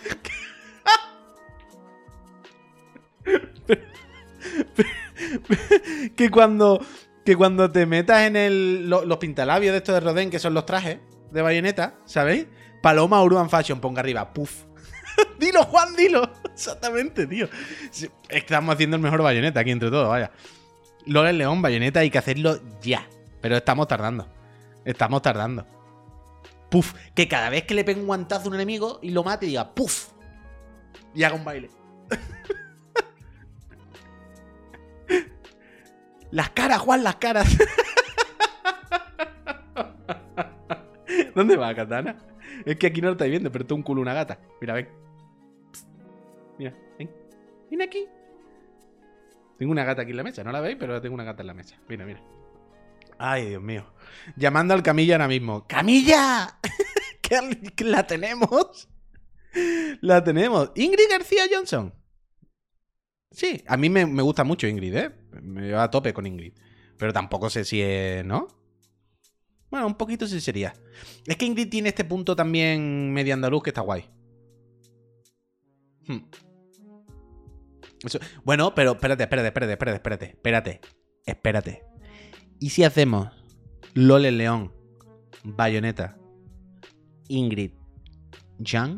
Speaker 2: que cuando que cuando te metas en el lo, los pintalabios de estos de Rodén, que son los trajes de Bayonetta, ¿sabéis? Paloma Urban Fashion, ponga arriba, puf. Dilo, Juan, dilo. Exactamente, tío. Estamos haciendo el mejor Bayonetta aquí entre todos, vaya. Lole León, Bayonetta, hay que hacerlo ya. Pero estamos tardando. Estamos tardando. Puf. Que cada vez que le pegue un guantazo a un enemigo y lo mate, diga puf. Y haga un baile. Las caras, Juan, las caras. ¿Dónde va, Katana? Es que aquí no lo estáis viendo, pero tengo un culo una gata. Mira, ven. Psst. Mira, ven. Ven aquí. Tengo una gata aquí en la mesa, no la veis, pero tengo una gata en la mesa. Mira, mira. Ay, Dios mío. Llamando al Camilla ahora mismo. ¡Camilla! ¿Que la tenemos? La tenemos. Ingrid García Johnson. Sí, a mí me, me gusta mucho Ingrid, ¿eh? Me va a tope con Ingrid. Pero tampoco sé si es... ¿no? Bueno, un poquito sí sería. Es que Ingrid tiene este punto también medio andaluz que está guay. Hmm. Eso. Bueno, pero espérate, espérate, espérate, espérate, espérate, espérate, espérate. ¿Y si hacemos Lole León, Bayonetta, Ingrid, Jan?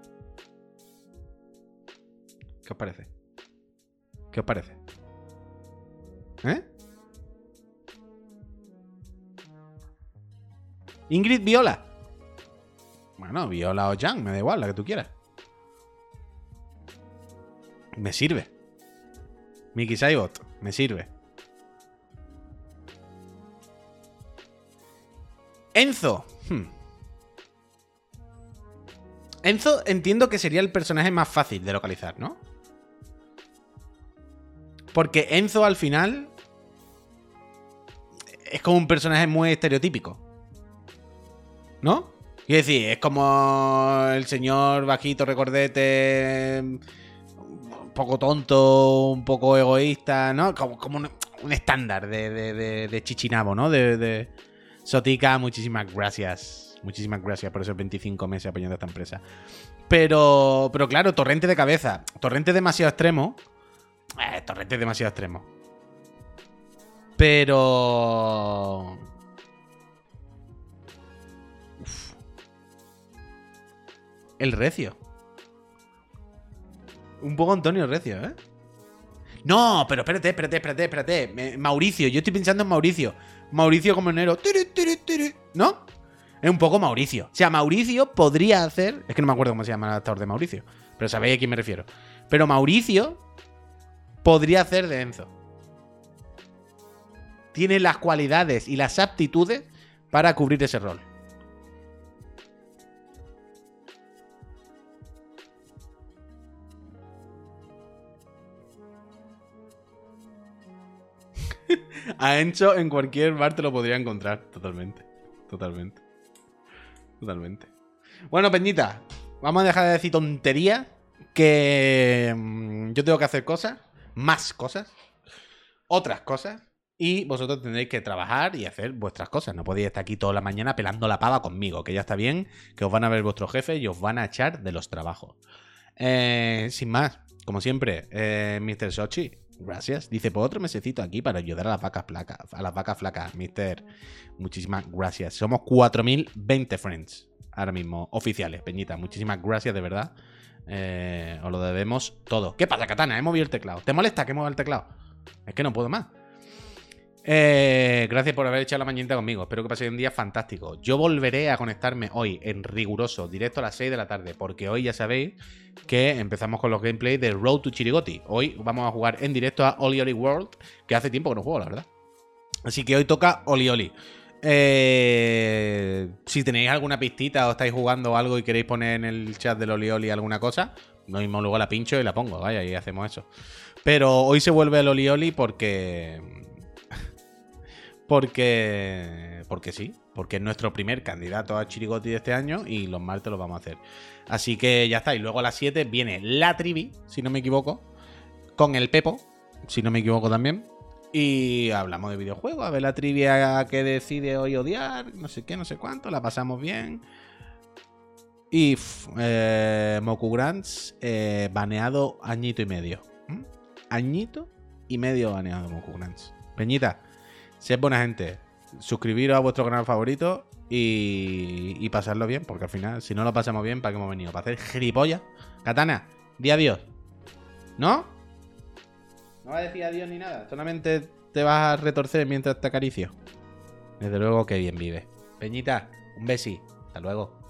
Speaker 2: ¿Qué os parece? ¿Qué os parece? ¿Eh? Ingrid Viola. Bueno, Viola o Jan, me da igual, la que tú quieras. Me sirve. Mickey Saibot, me sirve. Enzo. Hmm. Enzo entiendo que sería el personaje más fácil de localizar, ¿no? Porque Enzo al final es como un personaje muy estereotípico, ¿no? Quiero decir, es como el señor bajito recordete, un poco tonto, un poco egoísta, ¿no? Como, como un, un estándar de, de, de, de chichinabo, ¿no? De, de... Sotica, muchísimas gracias. Muchísimas gracias por esos veinticinco meses apoyando a esta empresa. Pero, pero claro, Torrente de cabeza. Torrente demasiado extremo. Eh, Torrente demasiado extremo. Pero... Uf. El Recio. Un poco Antonio Recio, ¿eh? No, pero espérate, espérate, espérate, espérate. Me- Mauricio, yo estoy pensando en Mauricio. Mauricio como enero. Tiri, tiri, tiri. ¿No? Es un poco Mauricio. O sea, Mauricio podría hacer... Es que no me acuerdo cómo se llama el actor de Mauricio. Pero sabéis a quién me refiero. Pero Mauricio podría hacer de Enzo. Tiene las cualidades y las aptitudes para cubrir ese rol. A Encho en cualquier bar te lo podría encontrar. Totalmente. Totalmente. Totalmente. Bueno, Peñita, vamos a dejar de decir tonterías. Que mm, yo tengo que hacer cosas. Más cosas. Otras cosas. Y vosotros tendréis que trabajar y hacer vuestras cosas. No podéis estar aquí toda la mañana pelando la pava conmigo. Que ya está bien. Que os van a ver vuestros jefes y os van a echar de los trabajos. Eh, sin más, como siempre, eh, mister Sochi, gracias. Dice, por otro mesecito aquí para ayudar a las vacas flacas. A las vacas flacas, mister. Muchísimas gracias. Somos cuatro mil veinte friends ahora mismo, oficiales, Peñita. Muchísimas gracias, de verdad. Eh, os lo debemos todo. ¿Qué pasa, Katana? He movido el teclado. ¿Te molesta que mueva el teclado? Es que no puedo más. Eh, gracias por haber echado la mañanita conmigo. Espero que paséis un día fantástico. Yo volveré a conectarme hoy en riguroso, directo a las seis de la tarde, porque hoy ya sabéis que empezamos con los gameplays de Road to Chirigoti. Hoy vamos a jugar en directo a Oli Oli World, que hace tiempo que no juego, la verdad. Así que hoy toca Oli Oli. Eh, si tenéis alguna pistita o estáis jugando algo y queréis poner en el chat del Oli Oli alguna cosa, lo mismo luego la pincho y la pongo, vaya, y hacemos eso. Pero hoy se vuelve el Oli Oli porque... Porque... Porque sí, porque es nuestro primer candidato a Chirigoti de este año y los martes lo vamos a hacer. Así que ya está, y luego a las siete viene la trivi, si no me equivoco, con el Pepo, si no me equivoco también. Y hablamos de videojuegos, a ver la trivia que decide hoy odiar, no sé qué, no sé cuánto, la pasamos bien. Y eh, Moku Grants, eh, baneado añito y medio. ¿Mm? Añito y medio baneado de Moku Grants. Peñita, sed buena gente, suscribiros a vuestro canal favorito y, y pasarlo bien, porque al final, si no lo pasamos bien, ¿para qué hemos venido? ¿Para hacer gilipollas? Katana, di adiós. ¿No? No vas a decir adiós ni nada, solamente te vas a retorcer mientras te acaricio. Desde luego que bien vive. Peñita, un besi. Hasta luego.